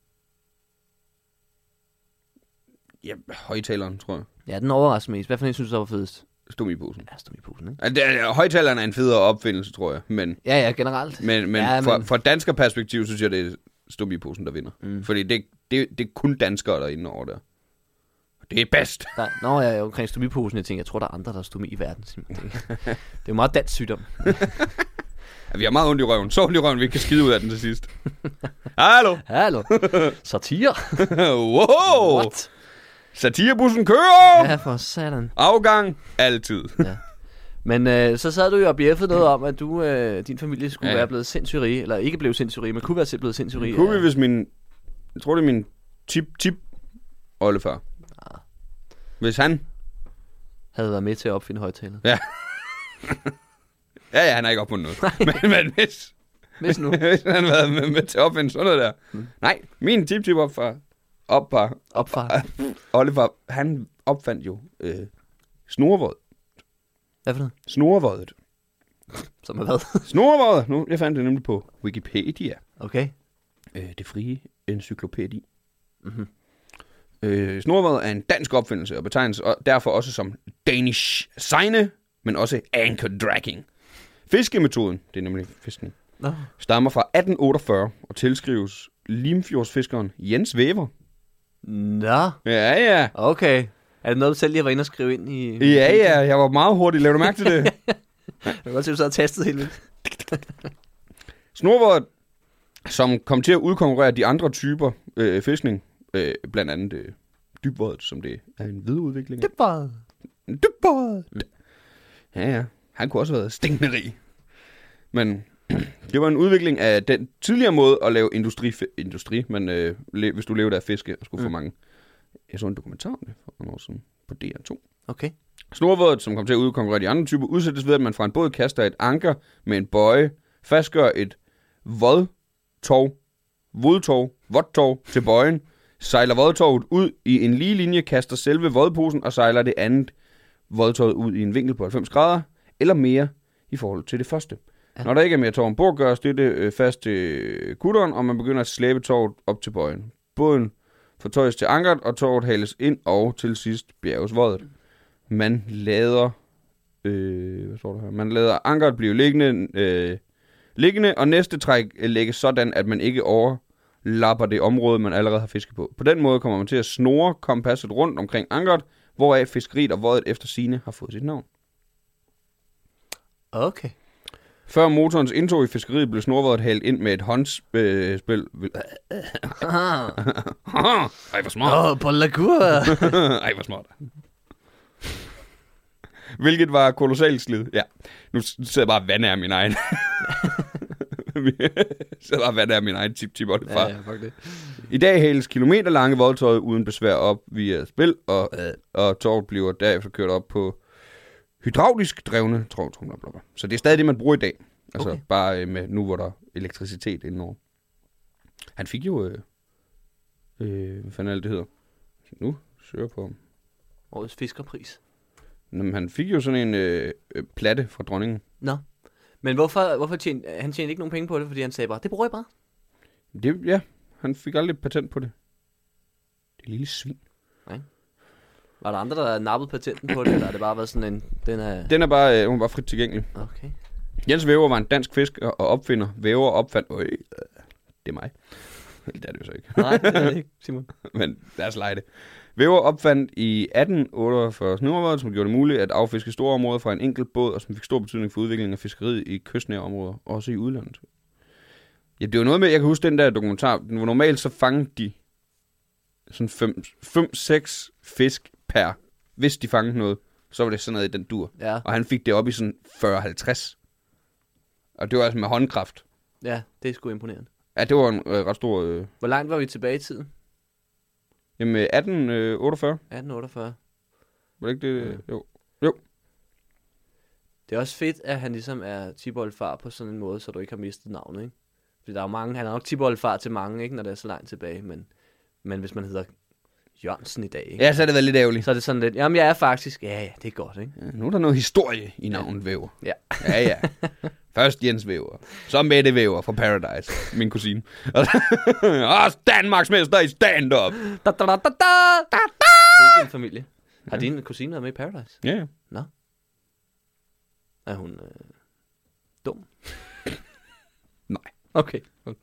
Speaker 4: Ja, højtaleren, tror jeg.
Speaker 3: Ja, den overraskede mest. Hvad for en synes du, der var fedest?
Speaker 4: Stum i posen.
Speaker 3: Ja, stum i posen, ikke?
Speaker 4: Højtaleren er en federe opfindelse, tror jeg. Men,
Speaker 3: Ja, generelt.
Speaker 4: men fra dansker perspektiv, synes jeg, det er stum i posen, der vinder. Fordi det er kun danskere, der er inde over der. Det er bedst.
Speaker 3: Nå, jeg er omkring stomiposen. Jeg tænker, jeg tror, der er andre, der er stomi i verden. Det er jo meget dansk sygdom.
Speaker 4: Ja, vi har meget ondt i røven. Så ondt i røven, vi kan skide ud af den til sidst. Hallo.
Speaker 3: Satire.
Speaker 4: Wow.
Speaker 3: What?
Speaker 4: Satirebussen kører.
Speaker 3: Ja, for satan.
Speaker 4: Afgang. Altid.
Speaker 3: Ja. Men så sad du jo og bjeffede noget om, at du, din familie skulle være blevet sindssygt rige. Eller ikke blevet sindssygt rige, men kunne være blevet sindssygt rige.
Speaker 4: Kunne vi, hvis jeg tror, det er min tip-oldefar. Hvis han
Speaker 3: havde været med til at opfinde højtaler.
Speaker 4: Ja. Ja, han har ikke opfundet noget. men hvis nu. Hvis han havde været med til at opfinde sådan noget der. Nej, min tip-opfar. Oldefar, han opfandt jo snorvåd.
Speaker 3: Hvad for noget?
Speaker 4: Snorvådet.
Speaker 3: Som er hvad?
Speaker 4: Snorvåd. Nu, jeg fandt det nemlig på Wikipedia.
Speaker 3: Okay.
Speaker 4: Det frie encyklopædi. Mm-hmm. Snorvåd er en dansk opfindelse og betegnes derfor også som Danish seine, men også anchor dragging. Fiskemetoden, det er nemlig fiskning, stammer fra 1848 og tilskrives Limfjordsfiskeren Jens Wever.
Speaker 3: Nå.
Speaker 4: Ja.
Speaker 3: Okay. Er det noget, du selv lige har været inde og skrive ind i?
Speaker 4: Ja, jeg var meget hurtig. Laver du mærke til det?
Speaker 3: Jeg kan godt se, at du så har tastet helt vildt.
Speaker 4: Snorvåd, som kom til at udkonkurrere de andre typer fiskning, blandt andet dybvåd, som det er en videreudvikling af. Dybvåd. Ja. Han kunne også have været stinkende rig. Men det var en udvikling af den tidligere måde at lave industri, men hvis du levede af fiske og skulle få mange. Jeg så en dokumentar om det for nogle år siden på DR2.
Speaker 3: Okay.
Speaker 4: Snorvådet, som kom til at udkonkurrere de andre typer, udsættes ved, at man fra en båd kaster et anker med en bøje, fastgør et vodtov til bøjen, sejler vodtovet ud i en lige linje, kaster selve vodposen og sejler det andet vodtovet ud i en vinkel på 90 grader, eller mere i forhold til det første. Ja. Når der ikke er mere tov ombord, gøres det fast til kutteren, og man begynder at slæbe tovet op til bøjen. Båden fortøjes til ankeret, og tovet hales ind, og til sidst bjerges voddet. Man lader ankeret blive liggende, og næste træk lægges sådan, at man ikke overlapper det område, man allerede har fisket på. På den måde kommer man til at snore kompasset rundt omkring ankeret, hvoraf fiskeriet og voddet efter sigende har fået sit navn.
Speaker 3: Okay.
Speaker 4: Før motorens indtog i fiskeriet blev snorvådet hældt ind med et håndspil. Ej, hvor smart.
Speaker 3: På Lacour.
Speaker 4: Ej, hvor smart. Hvilket var kolossalt slid. Ja, nu sidder jeg bare vand af min egen. Tip-oldefar.
Speaker 3: Ja, fuck det.
Speaker 4: I dag hældes kilometerlange vodtøjet uden besvær op via spil, og toget bliver derefter kørt op på hydraulisk drevne trådtrumler. Så det er stadig det, man bruger i dag. Altså bare med nu, hvor der er elektricitet indenover. Han fik jo Hvad fanden alt det hedder? Nu søger jeg på ham.
Speaker 3: Årets fiskerpris.
Speaker 4: Jamen, han fik jo sådan en platte fra dronningen.
Speaker 3: Nå. Men hvorfor tjente han ikke nogen penge på det? Fordi han sagde bare, det bruger jeg bare.
Speaker 4: Ja, han fik aldrig patent på det. Det lille svin.
Speaker 3: Nej. Var der andre, der nappede patenten på det, eller har det bare været sådan en...
Speaker 4: Den er bare, hun var frit tilgængelig.
Speaker 3: Okay.
Speaker 4: Jens Væver var en dansk fisker og opfinder. Væver opfandt... det er mig. Det er det jo så ikke.
Speaker 3: Nej, det er det ikke, Simon.
Speaker 4: Men lad os lege det. Væver opfandt i 1848 snurrevad, som gjorde det muligt at affiske store områder fra en enkelt båd, og som fik stor betydning for udviklingen af fiskeriet i kystnære områder, også i udlandet. Ja, det var noget med, jeg kan huske den der dokumentar, hvor normalt så fangede de sådan 5-6 fisk per, hvis de fangede noget, så var det sådan noget i den dur.
Speaker 3: Ja.
Speaker 4: Og han fik det op i sådan 40-50. Og det var altså med håndkraft.
Speaker 3: Ja, det er sgu imponerende.
Speaker 4: Ja, det var en ret stor...
Speaker 3: Hvor langt var vi tilbage i tiden?
Speaker 4: Jamen 1848.
Speaker 3: 1848.
Speaker 4: Var det ikke det? Jo.
Speaker 3: Det er også fedt, at han ligesom er tipoldefar på sådan en måde, så du ikke har mistet navnet, ikke? Fordi der er jo mange, han er nok tipoldefar til mange, ikke, når det er så langt tilbage, men hvis man hedder Jørgensen i dag, ikke?
Speaker 4: Ja, så er det været lidt ærgerligt.
Speaker 3: Så er det sådan lidt, jamen jeg er faktisk, ja, det er godt, ikke?
Speaker 4: Ja, nu er der noget historie i navnet Væver.
Speaker 3: Ja.
Speaker 4: Ja. Først Jens Væver, så Mette Væver fra Paradise, min kusine. Og Danmarksmester i stand-up.
Speaker 3: Da. Det er ikke en familie. Har din kusine været med i Paradise?
Speaker 4: Ja.
Speaker 3: Nå. Er hun dum?
Speaker 4: Nej.
Speaker 3: Okay.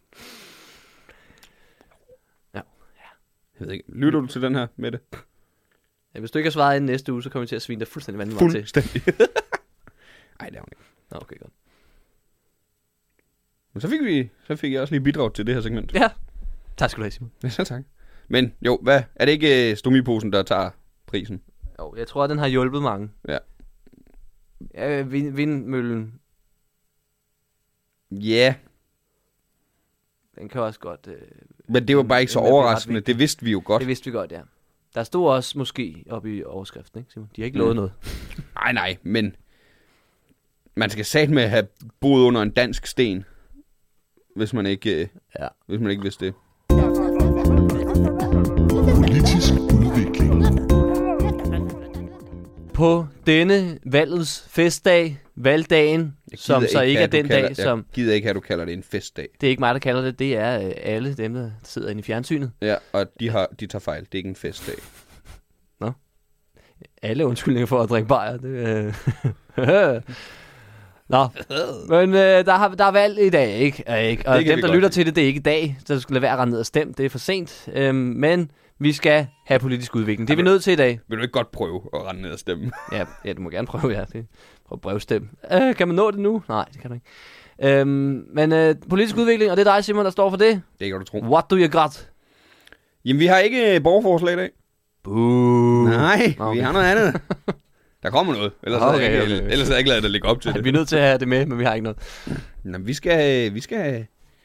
Speaker 3: Ja.
Speaker 4: Jeg ved ikke. Lytter du til den her, Mette?
Speaker 3: Ja, hvis du ikke har svaret inden næste uge, så kommer vi til at svine dig fuldstændig vanvittigt meget til.
Speaker 4: Fuldstændig. Nej, det er hun ikke.
Speaker 3: Nå, okay, godt.
Speaker 4: Men så fik jeg også lige bidrag til det her segment.
Speaker 3: Ja. Tak skal du have, Simon.
Speaker 4: Ja, selv tak. Men jo, hvad? Er det ikke stomiposen, der tager prisen?
Speaker 3: Jo, jeg tror, at den har hjulpet mange.
Speaker 4: Ja.
Speaker 3: Ja, vindmøllen,
Speaker 4: Ja,
Speaker 3: den kan også godt...
Speaker 4: men det var bare ikke så
Speaker 3: den er ret
Speaker 4: overraskende.
Speaker 3: vigtig.
Speaker 4: Det vidste vi jo godt.
Speaker 3: Det vidste vi godt, ja. Der stod også måske oppe i overskriften, ikke, Simon? De har ikke lovet noget.
Speaker 4: Nej, men man skal satme have boet under en dansk sten, hvis man ikke, hvis man ikke vidste det.
Speaker 6: Politisk udvikling.
Speaker 3: På denne valgets festdag, valgdagen, som så ikke er den dag, som...
Speaker 4: Jeg gider ikke, at du kalder det en festdag.
Speaker 3: Det er ikke mig, der kalder det. Det er alle dem, der sidder inde i fjernsynet.
Speaker 4: Ja, og de tager fejl. Det er ikke en festdag.
Speaker 3: Alle undskyldninger for at drikke bajer. Det, Nå, men der er valg i dag, ikke? Og dem, der lytter til det, det er ikke i dag. Så du skal lade være at rende ned og stemme. Det er for sent. Men vi skal have politisk udvikling. Det er vi nødt til i dag.
Speaker 4: Vil du ikke godt prøve at rende ned og stemme?
Speaker 3: Ja, du må gerne prøve, ja. Prøv at brevstemme. Kan man nå det nu? Nej, det kan du ikke. Men politisk udvikling, og det er dig, Simon, der står for det.
Speaker 4: Det kan du tro.
Speaker 3: What do you got?
Speaker 4: Jamen, vi har ikke borgerforslag i dag. Nej,
Speaker 3: Okay.
Speaker 4: vi har noget andet. Der kommer noget. Ellers havde jeg ikke ladet det ligge op til det.
Speaker 3: Vi er nødt til at have det med, men vi har ikke noget.
Speaker 4: Nå, vi skal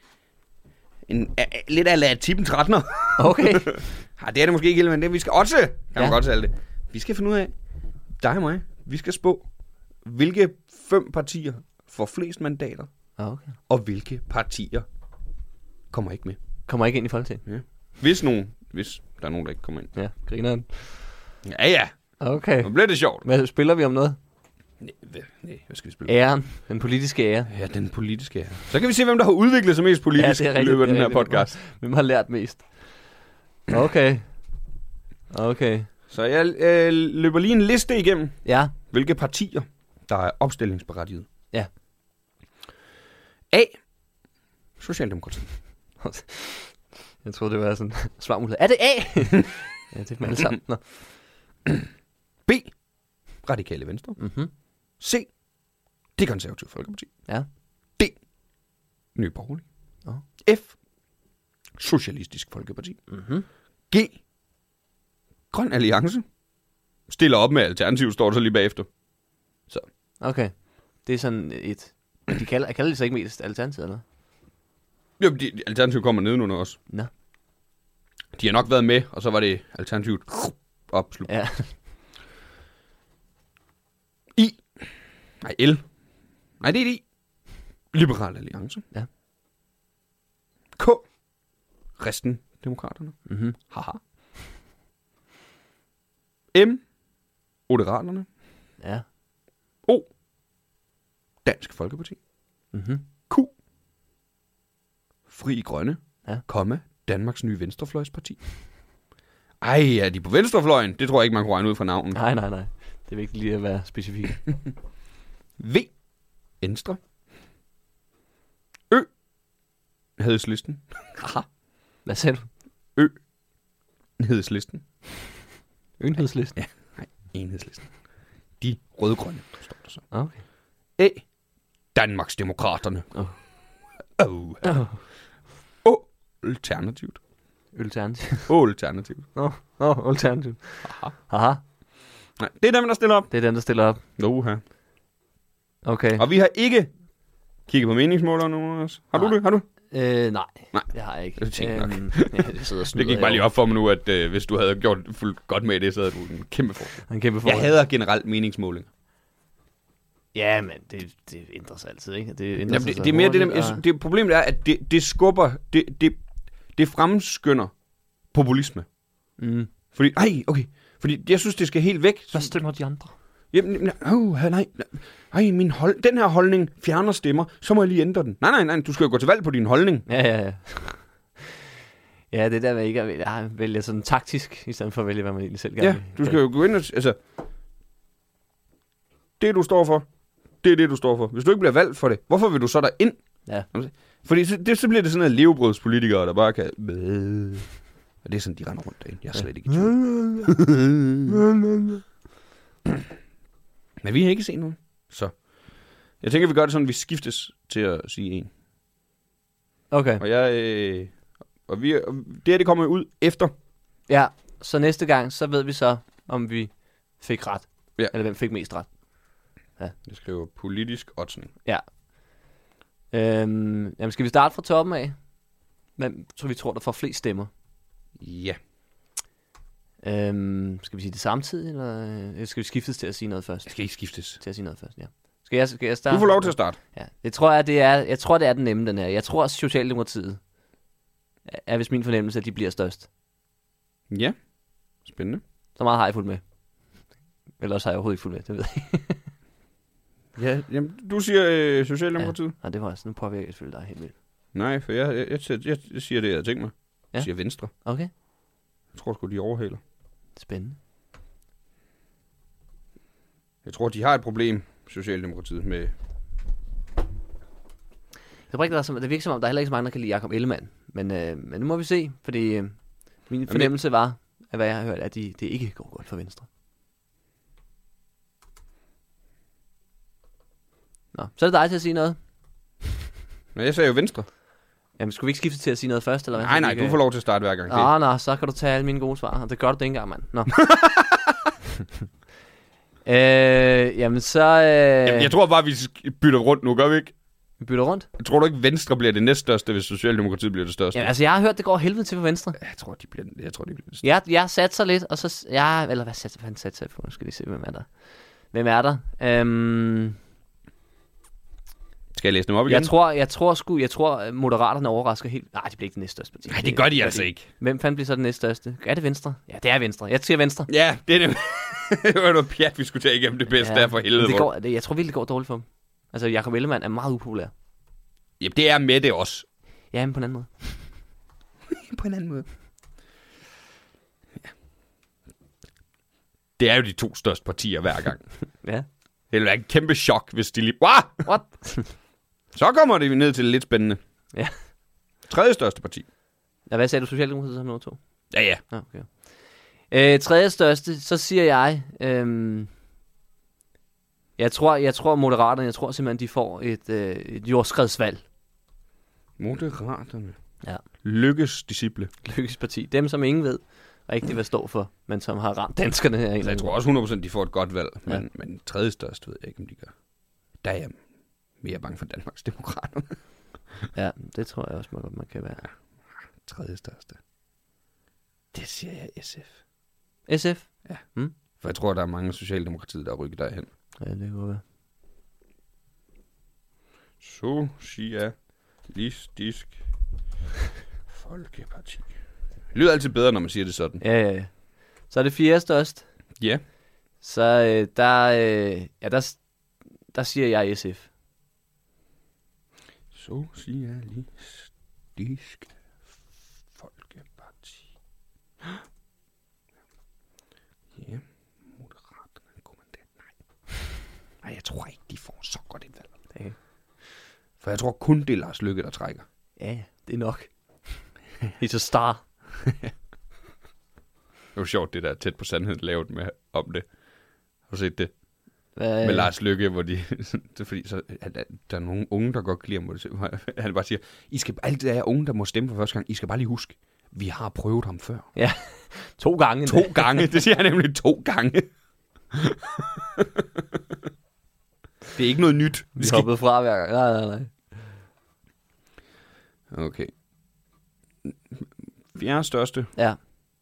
Speaker 4: lidt af tippen 13'er.
Speaker 3: Okay.
Speaker 4: Ja, det er det måske ikke helt, men det vi skal også. Kan man godt sige det. Vi skal finde ud af, dig og mig, vi skal spå, hvilke 5 partier får flest mandater,
Speaker 3: Okay.
Speaker 4: og hvilke partier kommer ikke med.
Speaker 3: Kommer ikke ind i Folketinget?
Speaker 4: Ja. Hvis der er nogen, der ikke kommer ind.
Speaker 3: Ja, grineren.
Speaker 4: Ja.
Speaker 3: Okay.
Speaker 4: Nu bliver det sjovt.
Speaker 3: Hvad spiller vi om noget?
Speaker 4: Nej, hvad skal vi spille?
Speaker 3: Æren. Den politiske ære.
Speaker 4: Ja, den politiske ære. Så kan vi se, hvem der har udviklet sig mest politisk i løbet af den her podcast.
Speaker 3: Hvem har lært mest? Okay.
Speaker 4: Så jeg løber lige en liste igennem.
Speaker 3: Ja.
Speaker 4: Hvilke partier, der er opstillingsberettiget.
Speaker 3: Ja.
Speaker 4: A. Socialdemokratiet.
Speaker 3: Jeg troede, det var sådan svarmulighed. Er det A? Ja, det er dem alle sammen. Nå.
Speaker 4: B. Radikale Venstre.
Speaker 3: Mm-hmm.
Speaker 4: C. Det Konservative Folkeparti.
Speaker 3: Ja.
Speaker 4: D. Nye Borgerlige. F. Socialistisk Folkeparti.
Speaker 3: Mm-hmm.
Speaker 4: G. Grøn Alliance. Stiller op med Alternativ, står der så lige bagefter. Så.
Speaker 3: Okay. Det er sådan et... De kalder det så ikke mest Alternativ, eller?
Speaker 4: Jo, Alternativ kommer nedenunder også.
Speaker 3: Nå.
Speaker 4: De har nok været med, og så var det Alternativet opslut.
Speaker 3: Ja.
Speaker 4: I. Nej, L. Nej, det er I. Liberal Alliance.
Speaker 3: Ja.
Speaker 4: K. Socialdemokraterne.
Speaker 3: Mhm.
Speaker 4: Haha. M. Moderaterne.
Speaker 3: Ja.
Speaker 4: O. Dansk Folkeparti.
Speaker 3: Mhm.
Speaker 4: Q. Fri Grønne.
Speaker 3: Ja.
Speaker 4: Komma. Danmarks nye venstrefløjsparti. Ej, er de på venstrefløjen? Det tror jeg ikke, man kunne regne ud fra navnet.
Speaker 3: Nej. Det er vigtigt lige at være specifik.
Speaker 4: V. Venstre. Ø. Hedeslisten.
Speaker 3: Aha. Hvad sagde du?
Speaker 4: Hedeslisten.
Speaker 3: Enhedslisten?
Speaker 4: Ja, nej, enhedslisten. De rødgrønne, står der så.
Speaker 3: Okay.
Speaker 4: A. Danmarksdemokraterne. Alternativt.
Speaker 3: Alternativ.
Speaker 4: Alternativt.
Speaker 3: Alternativ. Aha.
Speaker 4: Nej, det er dem, der stiller op.
Speaker 3: Det er den, der stiller op.
Speaker 4: Uha.
Speaker 3: Okay.
Speaker 4: Og vi har ikke kigget på meningsmålere nogen af os. Har du
Speaker 3: Nej.
Speaker 4: det? Har du?
Speaker 3: Nej,
Speaker 4: Nej.
Speaker 3: det har jeg ikke.
Speaker 4: Det tænker jeg
Speaker 3: jeg sidder og
Speaker 4: Det gik bare lige op for mig nu, at hvis du havde gjort fuldt godt med det, så havde du en kæmpe fordel.
Speaker 3: En kæmpe
Speaker 4: Jeg hader generelt meningsmålinger.
Speaker 3: Ja, men det ændrer sig altid, ikke? Det ændrer
Speaker 4: Jamen,
Speaker 3: sig
Speaker 4: det er mere det,
Speaker 3: hurtigt,
Speaker 4: der, det problemet er, at det skubber, det fremskynder populisme.
Speaker 3: Mm.
Speaker 4: Fordi, fordi jeg synes, det skal helt væk.
Speaker 3: Hvad stemmer de andre?
Speaker 4: Jamen, den her holdning fjerner stemmer, så må jeg lige ændre den. Nej, du skal jo gå til valg på din holdning.
Speaker 3: Ja. Ja, det der med ikke at vælge sådan taktisk, i stedet for at vælge, hvad man egentlig selv gerne vil.
Speaker 4: Ja, du skal jo gå ind og, altså, det du står for, det er det, du står for. Hvis du ikke bliver valgt for det, hvorfor vil du så derind?
Speaker 3: Ja.
Speaker 4: Fordi så bliver det sådan noget levebrødspolitikere, der bare kan... Og det er sådan, de render rundt derinde. Jeg er slet ikke i tvivl. Men vi har ikke set noget. Så jeg tænker, vi gør det sådan, vi skiftes til at sige en.
Speaker 3: Okay.
Speaker 4: Og det her, det kommer ud efter.
Speaker 3: Ja, så næste gang, så ved vi så, om vi fik ret.
Speaker 4: Ja.
Speaker 3: Eller hvem fik mest ret.
Speaker 4: Jeg skriver politisk oddsning.
Speaker 3: Ja. Jamen, skal vi starte fra toppen af? Hvem vi tror, der får flest stemmer?
Speaker 4: Ja.
Speaker 3: Skal vi sige det samtidig, eller skal vi skiftes til at sige noget først?
Speaker 4: Jeg skal ikke skiftes.
Speaker 3: Til at sige noget først, ja. Skal jeg starte?
Speaker 4: Du får lov til at starte.
Speaker 3: Ja, jeg tror, det er den nemme, den her. Jeg tror, at Socialdemokratiet er vist min fornemmelse, at de bliver størst.
Speaker 4: Ja. Spændende.
Speaker 3: Så meget har jeg fulgt med. Ellers har jeg overhovedet ikke fulgt med, det ved jeg ikke.
Speaker 4: Ja, jamen, du siger Socialdemokratiet.
Speaker 3: Ja, det var altså, nu prøver jeg selvfølgelig dig helt vildt.
Speaker 4: Nej, for jeg siger det, jeg havde tænkt mig. Jeg siger Venstre.
Speaker 3: Okay.
Speaker 4: Jeg tror sgu, de overhaler.
Speaker 3: Spændende.
Speaker 4: Jeg tror, de har et problem, Socialdemokratiet, med...
Speaker 3: Det virker som om, der er heller ikke så mange, der kan lide Jakob Ellemann. Men nu må vi se, fordi min fornemmelse var, at hvad jeg har hørt, at det ikke går godt for Venstre. Nå, så er det dig til at sige noget.
Speaker 4: Nå, jeg sagde jo Venstre.
Speaker 3: Jamen, skulle vi ikke skifte til at sige noget først, eller hvad?
Speaker 4: Nej, du får lov til at starte hver gang.
Speaker 3: Nå, så kan du tage alle mine gode svar. Og det gør du det ikke engang, mand. Nå. Jamen, så...
Speaker 4: Jamen, jeg tror bare, vi bytter rundt nu, gør vi ikke?
Speaker 3: Vi bytter rundt?
Speaker 4: Jeg tror du ikke, Venstre bliver det næststørste, hvis Socialdemokratiet bliver det største?
Speaker 3: Ja, altså, jeg har hørt, det går helvede til for Venstre.
Speaker 4: Jeg tror, de bliver det største.
Speaker 3: Jeg satser lidt, og så... Eller hvad satser jeg på? Nu skal lige se, hvem er der. Hvem er der?
Speaker 4: Skal jeg læse dem op igen?
Speaker 3: Jeg tror Moderaterne overrasker helt... Nej, de bliver ikke det næststørste parti.
Speaker 4: Nej, det gør de altså ikke.
Speaker 3: Hvem fanden bliver så det næststørste? Er det Venstre? Ja, det er Venstre. Jeg siger Venstre.
Speaker 4: Ja, det er det. Det var noget pjat, vi skulle tage igennem det bedste der for helvede.
Speaker 3: Jeg tror virkelig, det går dårligt for dem. Altså, Jakob Ellemann er meget upopulær.
Speaker 4: Jamen, det er med det også.
Speaker 3: Ja, men på en anden måde.
Speaker 4: På en anden måde. Ja. Det er jo de to største partier hver gang.
Speaker 3: Ja.
Speaker 4: Det ville være en kæmpe chok, hvis de lige...
Speaker 3: What?
Speaker 4: Så kommer det ned til det lidt spændende.
Speaker 3: Ja.
Speaker 4: Tredje største parti.
Speaker 3: Ja, hvad sagde du? Socialdemokratiet som nummer 2?
Speaker 4: Ja.
Speaker 3: Okay. Tredje største, så siger jeg... Jeg tror Moderaterne, jeg tror simpelthen, de får et jordskredsvalg.
Speaker 4: Moderaterne.
Speaker 3: Ja.
Speaker 4: Lykkes disciple.
Speaker 3: Lykkes parti. Dem, som ingen ved rigtig, hvad står for, men som har ramt danskerne her.
Speaker 4: Jeg tror også 100%, de får et godt valg, men tredje største ved jeg ikke, om de gør. Der er jeg mere bange for Danmarks Demokraterne.
Speaker 3: Ja, det tror jeg også, man kan være.
Speaker 4: Ja. Tredje største. Det siger jeg SF.
Speaker 3: SF?
Speaker 4: Ja. For jeg tror, der er mange Socialdemokratiet, der er rykket derhen.
Speaker 3: Ja, det kunne være.
Speaker 4: Socialistisk Folkeparti. Det lyder altid bedre, når man siger det sådan.
Speaker 3: Ja. Så er det fjerde størst.
Speaker 4: Ja.
Speaker 3: Så der siger jeg SF.
Speaker 4: Socialistisk Folkeparti. Ja, Moderaterne kunne man det. Nej, jeg tror ikke, de får så godt et valg.
Speaker 3: Okay.
Speaker 4: For jeg tror kun, det er Lars Løkke, der trækker.
Speaker 3: Ja, det er nok. He's a star.
Speaker 4: Det var sjovt, det der tæt på sandheden lavet med om det. Har du set det?
Speaker 3: Hvad?
Speaker 4: Med Lars Løkke, hvor de... fordi så, der er nogle unge, der godt kan lide ham. Han bare siger, I skal, alt det der unge, der må stemme for første gang, I skal bare lige huske, vi har prøvet ham før.
Speaker 3: Ja, 2 gange.
Speaker 4: 2 gange, det siger han nemlig 2 gange. Det er ikke noget nyt.
Speaker 3: Vi hoppede fra hver gang. Nej.
Speaker 4: Okay. 4. største.
Speaker 3: Ja.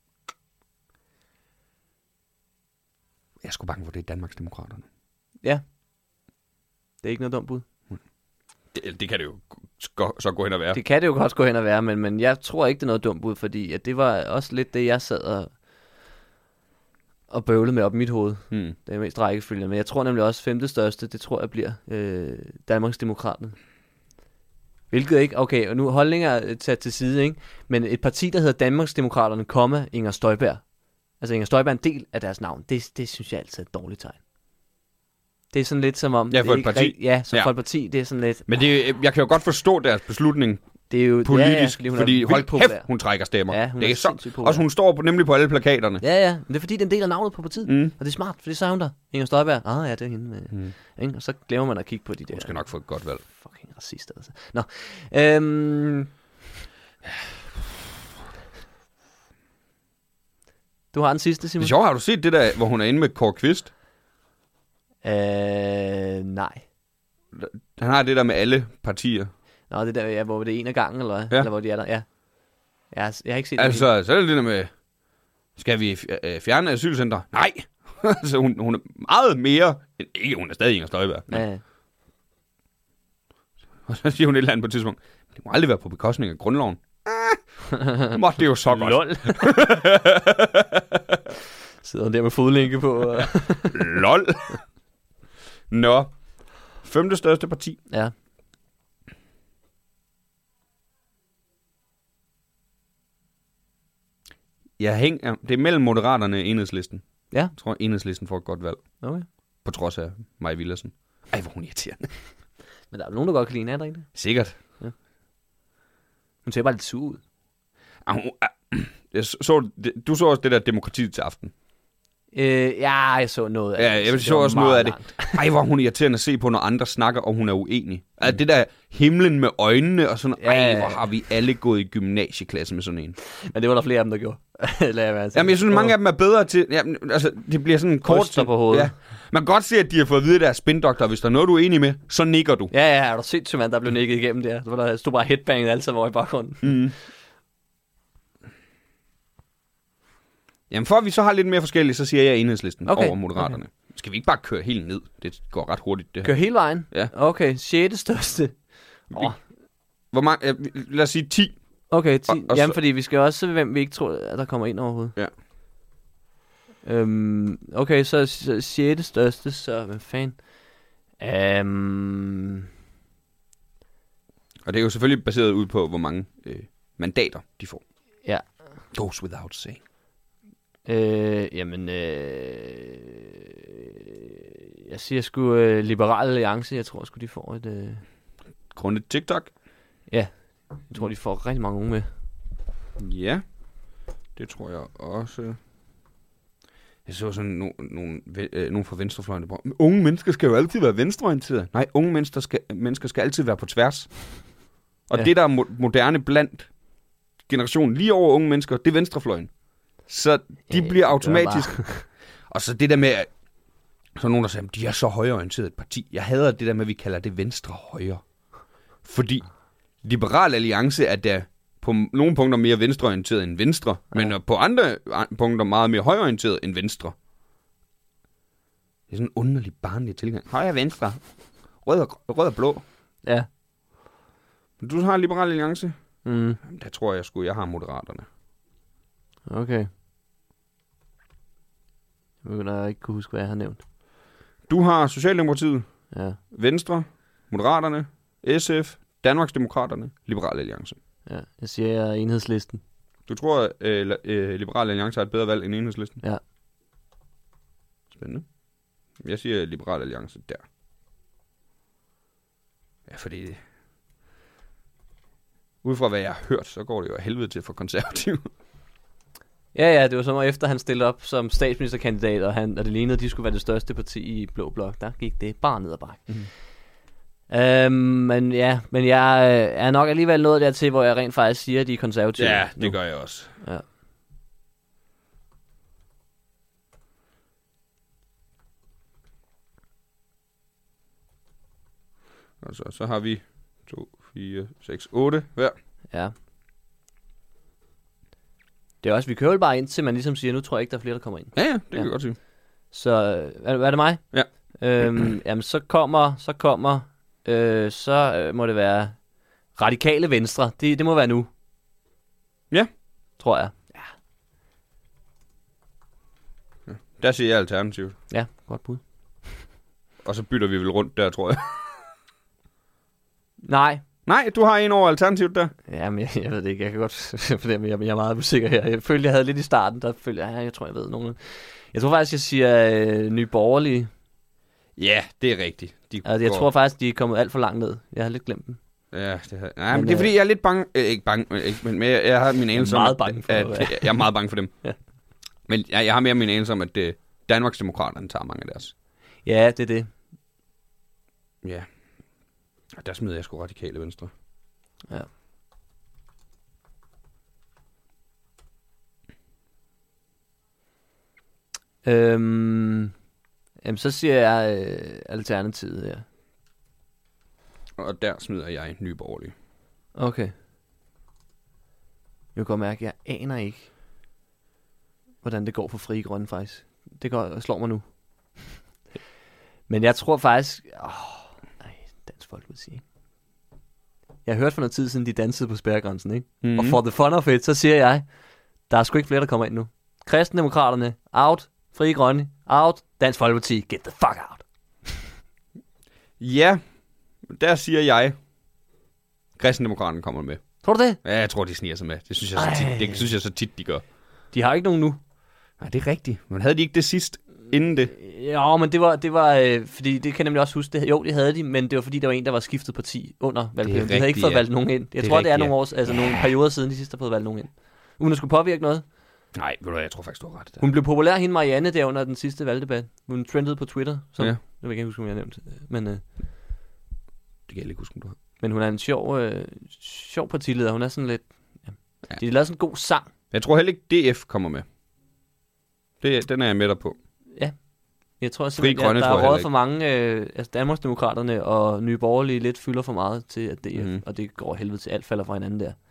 Speaker 4: Jeg er sgu bange for, det er Danmarksdemokraterne.
Speaker 3: Ja. Det er ikke noget dumt bud.
Speaker 4: Det kan det jo så gå hen og være.
Speaker 3: Det kan det jo godt gå hen og være, men jeg tror ikke, det er noget dumt bud, fordi at det var også lidt det, jeg sad og bøvlede med op i mit hoved. Det er mest rækkefølge. Men jeg tror nemlig også, 5. største, det tror jeg bliver Danmarksdemokraterne. Hvilket ikke, okay, og nu holdninger er taget til side, ikke? Men et parti, der hedder Danmarksdemokraterne, Inger Støjberg. Altså Inger Støjberg er en del af deres navn. Det synes jeg altid er et dårligt tegn. Det er sådan lidt som om...
Speaker 4: Ja, for et parti.
Speaker 3: For et parti, det er sådan lidt...
Speaker 4: Men jeg kan jo godt forstå deres beslutning
Speaker 3: det er jo,
Speaker 4: politisk,
Speaker 3: fordi
Speaker 4: hold kæft, hun trækker stemmer.
Speaker 3: Ja, hun
Speaker 4: det
Speaker 3: er
Speaker 4: så, også hun står nemlig på alle plakaterne.
Speaker 3: Ja, men det er fordi, det er en del af navnet på partiet. Og det er smart, for så er hun der. Inger Støjberg. Ja, det er hende. Ikke? Og så glemmer man at kigge på de der...
Speaker 4: Hun skal nok få et godt valg.
Speaker 3: Fucking racist, altså. Nå. Du har den sidste, Simon?
Speaker 4: Det er sjovt, har du set det der, hvor hun er inde med Kåre Kvist?
Speaker 3: Nej.
Speaker 4: Han har det der med alle partier.
Speaker 3: Nå, det der, ja, hvor det er en af gangen, eller hvad?
Speaker 4: Ja.
Speaker 3: Eller hvor de er der, ja. Jeg har ikke set
Speaker 4: altså, det. Så er det der med, skal vi fjerne asylcenter? Nej! Så hun er meget mere, ikke, hun er stadig Inger Støjberg.
Speaker 3: Ja.
Speaker 4: Og så siger hun et eller andet på et tidspunkt, det må aldrig være på bekostning af grundloven. Måtte det jo så godt.
Speaker 3: Lol. Sidder hun der med fodlænke på.
Speaker 4: Lol. Nå. 5. største parti.
Speaker 3: Ja.
Speaker 4: Det er mellem Moderaterne og Enhedslisten.
Speaker 3: Ja.
Speaker 4: Jeg tror, Enhedslisten får et godt valg.
Speaker 3: Okay.
Speaker 4: På trods af Maja Villadsen. Ej, hvor hun irriterende.
Speaker 3: Men der er nogen, der godt kan lide, er der ikke det?
Speaker 4: Sikkert.
Speaker 3: Ja. Hun ser bare lidt sur ud.
Speaker 4: Du så også det der demokratiet til aften.
Speaker 3: Ja, jeg så noget af
Speaker 4: det. Ja, jeg så også noget af det. Ej, hvor hun irriterende at se på, når andre snakker, og hun er uenig. Altså det der himlen med øjnene og sådan. Ej, hvor har vi alle gået i gymnasieklasse med sådan en.
Speaker 3: Men det var der flere af dem, der gjorde.
Speaker 4: Jamen, jeg synes, mange af dem er bedre til... Jamen, altså, det bliver sådan kort...
Speaker 3: på hovedet.
Speaker 4: Ja. Man kan godt se, at de har fået at vide, at der er spindoktor. Hvis der er noget, du er enig med, så nikker du.
Speaker 3: Ja, har du set, mand, der blev nikket igennem der? Der stod bare headbanget alle sammen over i baggrunden.
Speaker 4: Jamen, for at vi så har lidt mere forskelligt, så siger jeg Enhedslisten over Moderaterne.
Speaker 3: Okay.
Speaker 4: Skal vi ikke bare køre helt ned? Det går ret hurtigt, det her.
Speaker 3: Kør hele vejen?
Speaker 4: Ja.
Speaker 3: Okay, 6. største.
Speaker 4: Hvor mange? Lad os sige 10.
Speaker 3: Okay, 10.
Speaker 4: Og
Speaker 3: Jamen, fordi vi skal også se, hvem vi ikke tror, at der kommer ind overhovedet.
Speaker 4: Ja.
Speaker 3: Okay, så 6. største, så hvad fanden?
Speaker 4: Og det er jo selvfølgelig baseret ud på, hvor mange mandater de får.
Speaker 3: Ja.
Speaker 4: Goes without saying.
Speaker 3: Jeg siger sgu Liberal Alliance. Jeg tror sgu, de får et...
Speaker 4: Grundet TikTok?
Speaker 3: Ja, jeg tror, de får rigtig mange unge med.
Speaker 4: Ja, det tror jeg også. Jeg så sådan nogen fra venstrefløjen, der unge mennesker skal jo altid være venstreorienterede. Nej, unge mennesker skal altid være på tværs. Og det, der er moderne blandt generationen lige over unge mennesker, det er venstrefløjen. Så de bliver automatisk... Og så det der med... Så er nogen, der siger, de er så højreorienteret et parti. Jeg hader det der med, at vi kalder det venstre-højre. Fordi Liberal Alliance er der på nogle punkter mere venstreorienteret end venstre, men på andre punkter meget mere højreorienteret end venstre. Det er sådan en underlig barnlig tilgang. Højre, venstre. Rød og blå.
Speaker 3: Ja.
Speaker 4: Du har Liberal Alliance? Der tror jeg sgu, jeg har Moderaterne.
Speaker 3: Okay. Jeg begynder ikke kunne huske, hvad jeg har nævnt.
Speaker 4: Du har Socialdemokratiet,
Speaker 3: Ja,
Speaker 4: Venstre, Moderaterne, SF, Danmarksdemokraterne, Liberal Alliance.
Speaker 3: ja. Jeg siger Enhedslisten.
Speaker 4: Du tror, Liberal Alliance har et bedre valg end Enhedslisten?
Speaker 3: Ja.
Speaker 4: Spændende. Jeg siger Liberal Alliance der. Ja, fordi... Ud fra hvad jeg har hørt, så går det jo af helvede til for konservative.
Speaker 3: Ja, det var som efter han stillede op som statsministerkandidat, og det lignede, at de skulle være det største parti i Blå Blok. Der gik det bare ned ad bakke. Men jeg er nok alligevel nået dertil, hvor jeg rent faktisk siger, at de er konservative.
Speaker 4: Ja,
Speaker 3: nu.
Speaker 4: det gør jeg også.
Speaker 3: Ja.
Speaker 4: Og så har vi 2, 4, 6, 8 hver.
Speaker 3: Ja. Det er også, vi kører jo bare ind til, man ligesom siger, nu tror jeg ikke, der er flere, der kommer ind.
Speaker 4: Ja, det kan jeg godt sige.
Speaker 3: Så er det mig?
Speaker 4: Ja.
Speaker 3: Jamen, så må det være Radikale Venstre. Det må være nu.
Speaker 4: Ja.
Speaker 3: Tror jeg.
Speaker 4: Der siger jeg alternativt.
Speaker 3: Ja, godt bud.
Speaker 4: Og så bytter vi vel rundt der, tror jeg.
Speaker 3: Nej.
Speaker 4: Nej, du har en over alternativt der.
Speaker 3: Jamen, jeg ved det ikke. Jeg kan godt fornemme, jeg er meget usikker her. Jeg følte, jeg havde lidt i starten. Der følte jeg tror, jeg ved nogen. Jeg tror faktisk, jeg siger Nye Borgerlige.
Speaker 4: Ja, det er rigtigt.
Speaker 3: Altså, jeg tror faktisk, de er kommet alt for langt ned. Jeg har lidt glemt dem.
Speaker 4: Ja, men det er fordi, jeg er lidt bange. Ikke bange, men jeg har min anelse om, jeg er meget bange for dem.
Speaker 3: Ja.
Speaker 4: Men jeg har mere min anelse om, at Danmarksdemokraterne tager mange af deres.
Speaker 3: Ja, det er det.
Speaker 4: Ja. Og der smider jeg sgu Radikale Venstre.
Speaker 3: Ja. Jamen, så siger jeg Alternativet, ja.
Speaker 4: Og der smider jeg Nye Borgerlige.
Speaker 3: Okay. Jeg kan godt mærke, at jeg aner ikke, hvordan det går for Frie Grønne faktisk. Det slår mig nu. Men jeg tror faktisk... Dansk Folkeparti. Jeg har hørt for noget tid siden, de dansede på spærregrænsen, ikke? Mm-hmm. Og for the fun of it, så siger jeg, der er sgu ikke flere, der kommer ind nu. Kristendemokraterne, out. Frie Grønne, out. Dansk Folkeparti, get the fuck out.
Speaker 4: Ja, der siger jeg, Kristendemokraterne kommer med.
Speaker 3: Tror du det?
Speaker 4: Ja, jeg tror, de sniger sig med. Det synes jeg så tit, de gør.
Speaker 3: De har ikke nogen nu.
Speaker 4: Nej, det er rigtigt. Men havde de ikke det sidst, inden det?
Speaker 3: Ja, men det var fordi det kan jeg nemlig også huske. Det havde de, men det var fordi, der var en, der var skiftet parti under valgperioden. De havde ikke fået valgt nogen ind. Jeg tror, det er nogle år, altså nogle perioder siden, de sidste har fået valgt nogen ind. Uden at skulle påvirke noget.
Speaker 4: Nej, ved du hvad, jeg tror faktisk, du har ret. Der.
Speaker 3: Hun blev populær, hende Marianne, der under den sidste valgdebat. Hun trendede på Twitter. Som, Jeg vil ikke huske, om jeg har nævnt. Men, det
Speaker 4: kan jeg ikke huske, om du har.
Speaker 3: Men hun er en sjov partileder. Hun er sådan lidt... Ja. De lavede sådan en god sang.
Speaker 4: Jeg tror heller ikke, DF kommer med. Den er jeg med dig på.
Speaker 3: Ja. Jeg tror simpelthen, der er råd for mange... altså Danmarksdemokraterne og Nye Borgerlige lidt fylder for meget til at DF. Og det går helvede til. Alt falder fra hinanden der.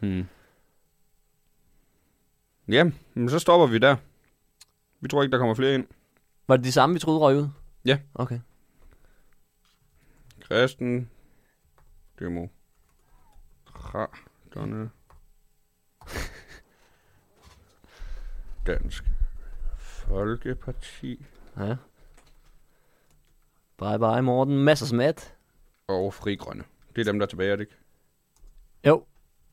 Speaker 4: Ja, men så stopper vi der. Vi tror ikke, der kommer flere ind.
Speaker 3: Var det de samme, vi troede røg ud?
Speaker 4: Ja.
Speaker 3: Okay.
Speaker 4: Kristen Demokraterne Dansk Folkeparti.
Speaker 3: Ja. Bye Morten Messersmith.
Speaker 4: Og Frie Grønne. Det er dem, der er tilbage, er det ikke?
Speaker 3: Jo.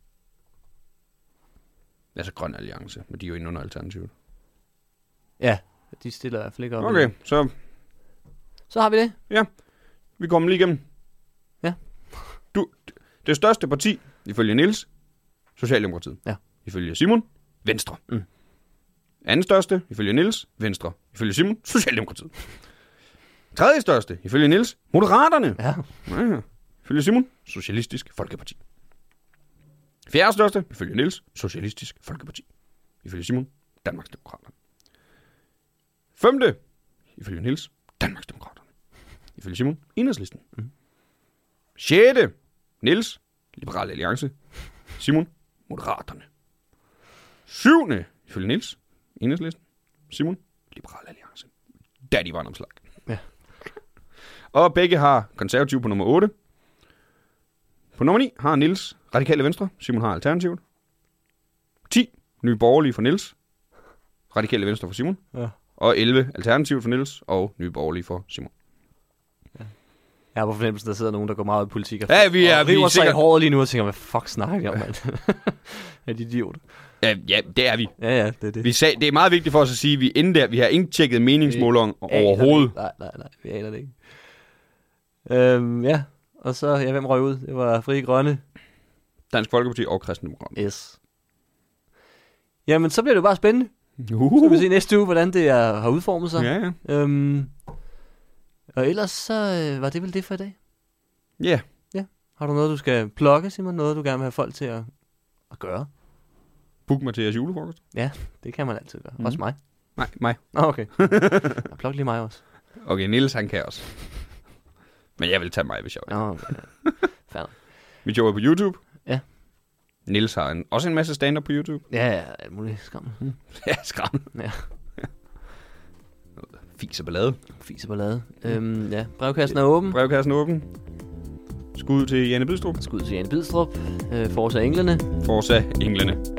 Speaker 4: Altså Grøn Alliance, men de er jo inde under alternativet.
Speaker 3: Ja, de stiller i hvert fald ikke op.
Speaker 4: Okay,
Speaker 3: så har vi det.
Speaker 4: Ja, vi kommer lige igennem.
Speaker 3: Ja.
Speaker 4: Det største parti, ifølge Niels, Socialdemokratiet.
Speaker 3: Ja.
Speaker 4: Ifølge Simon, Venstre. Anden største, ifølge Niels, Venstre. Ifølge Simon, Socialdemokratiet. Tredje største, ifølge Niels, Moderaterne.
Speaker 3: Ja.
Speaker 4: Ifølge Simon, Socialistisk Folkeparti. Fjerde største, ifølge Niels, Socialistisk Folkeparti. Ifølge Simon, Danmarksdemokraterne. Femte, ifølge Niels, Danmarksdemokraterne. Ifølge Simon, Enhedslisten. Sjette, Niels, Liberal Alliance. Simon, Moderaterne. Syvende, ifølge Niels, Enhedslisten. Simon, Liberal Alliance. Daddy Vandomslag.
Speaker 3: Ja.
Speaker 4: Og begge har konservativ på nummer 8. På nummer 9 har Niels Radikale Venstre. Simon har Alternativet. 10. Nye Borgerlige for Niels. Radikale Venstre for Simon.
Speaker 3: Ja.
Speaker 4: Og 11 Alternativ for Niels. Og Nye Borgerlige for Simon.
Speaker 3: Jeg har på fornemmelsen, der sidder nogen, der går meget i politik. Og
Speaker 4: Ja, vi
Speaker 3: river sig i
Speaker 4: sikkert...
Speaker 3: håret lige nu og tænker, hvad fuck snakker jeg om, mand? Er de idioter?
Speaker 4: Ja, det er vi.
Speaker 3: Ja, det er det.
Speaker 4: Vi sagde, det er meget vigtigt for os at sige, at vi inden der, vi har ikke tjekket meningsmåleren overhovedet.
Speaker 3: Nej, vi aner det ikke. Ja, og så, hvem røg ud? Det var Frie Grønne.
Speaker 4: Dansk Folkeparti og Kristendemokraterne.
Speaker 3: Yes. Jamen, så bliver det jo bare spændende. Så skal vi se næste uge, hvordan det har udformet sig.
Speaker 4: Ja.
Speaker 3: Og ellers så var det vel det for i dag.
Speaker 4: Ja.
Speaker 3: Ja. Har du noget, du skal plukke, Simon? Noget, du gerne vil have folk til at gøre?
Speaker 4: Book mig til jeres julefrokost.
Speaker 3: Ja, det kan man altid gøre. Også mig.
Speaker 4: Nej, mig.
Speaker 3: Nå, okay. Pluk lige mig også.
Speaker 4: Okay, Niels han kan også. Men jeg vil tage mig, hvis jeg vil.
Speaker 3: Nå, okay. Færdig.
Speaker 4: Mit show er på YouTube.
Speaker 3: Ja.
Speaker 4: Niels har også en masse stand-up på YouTube.
Speaker 3: Ja, alt muligt skam.
Speaker 4: Ja, skram.
Speaker 3: Ja.
Speaker 4: Fis og ballade.
Speaker 3: Fis og ballade. Ja, brevkassen er åben.
Speaker 4: Brevkassen er åben. Skud til Janne Bidstrup.
Speaker 3: Skud til Janne Bidstrup. Forza Englene.
Speaker 4: Forza Englene.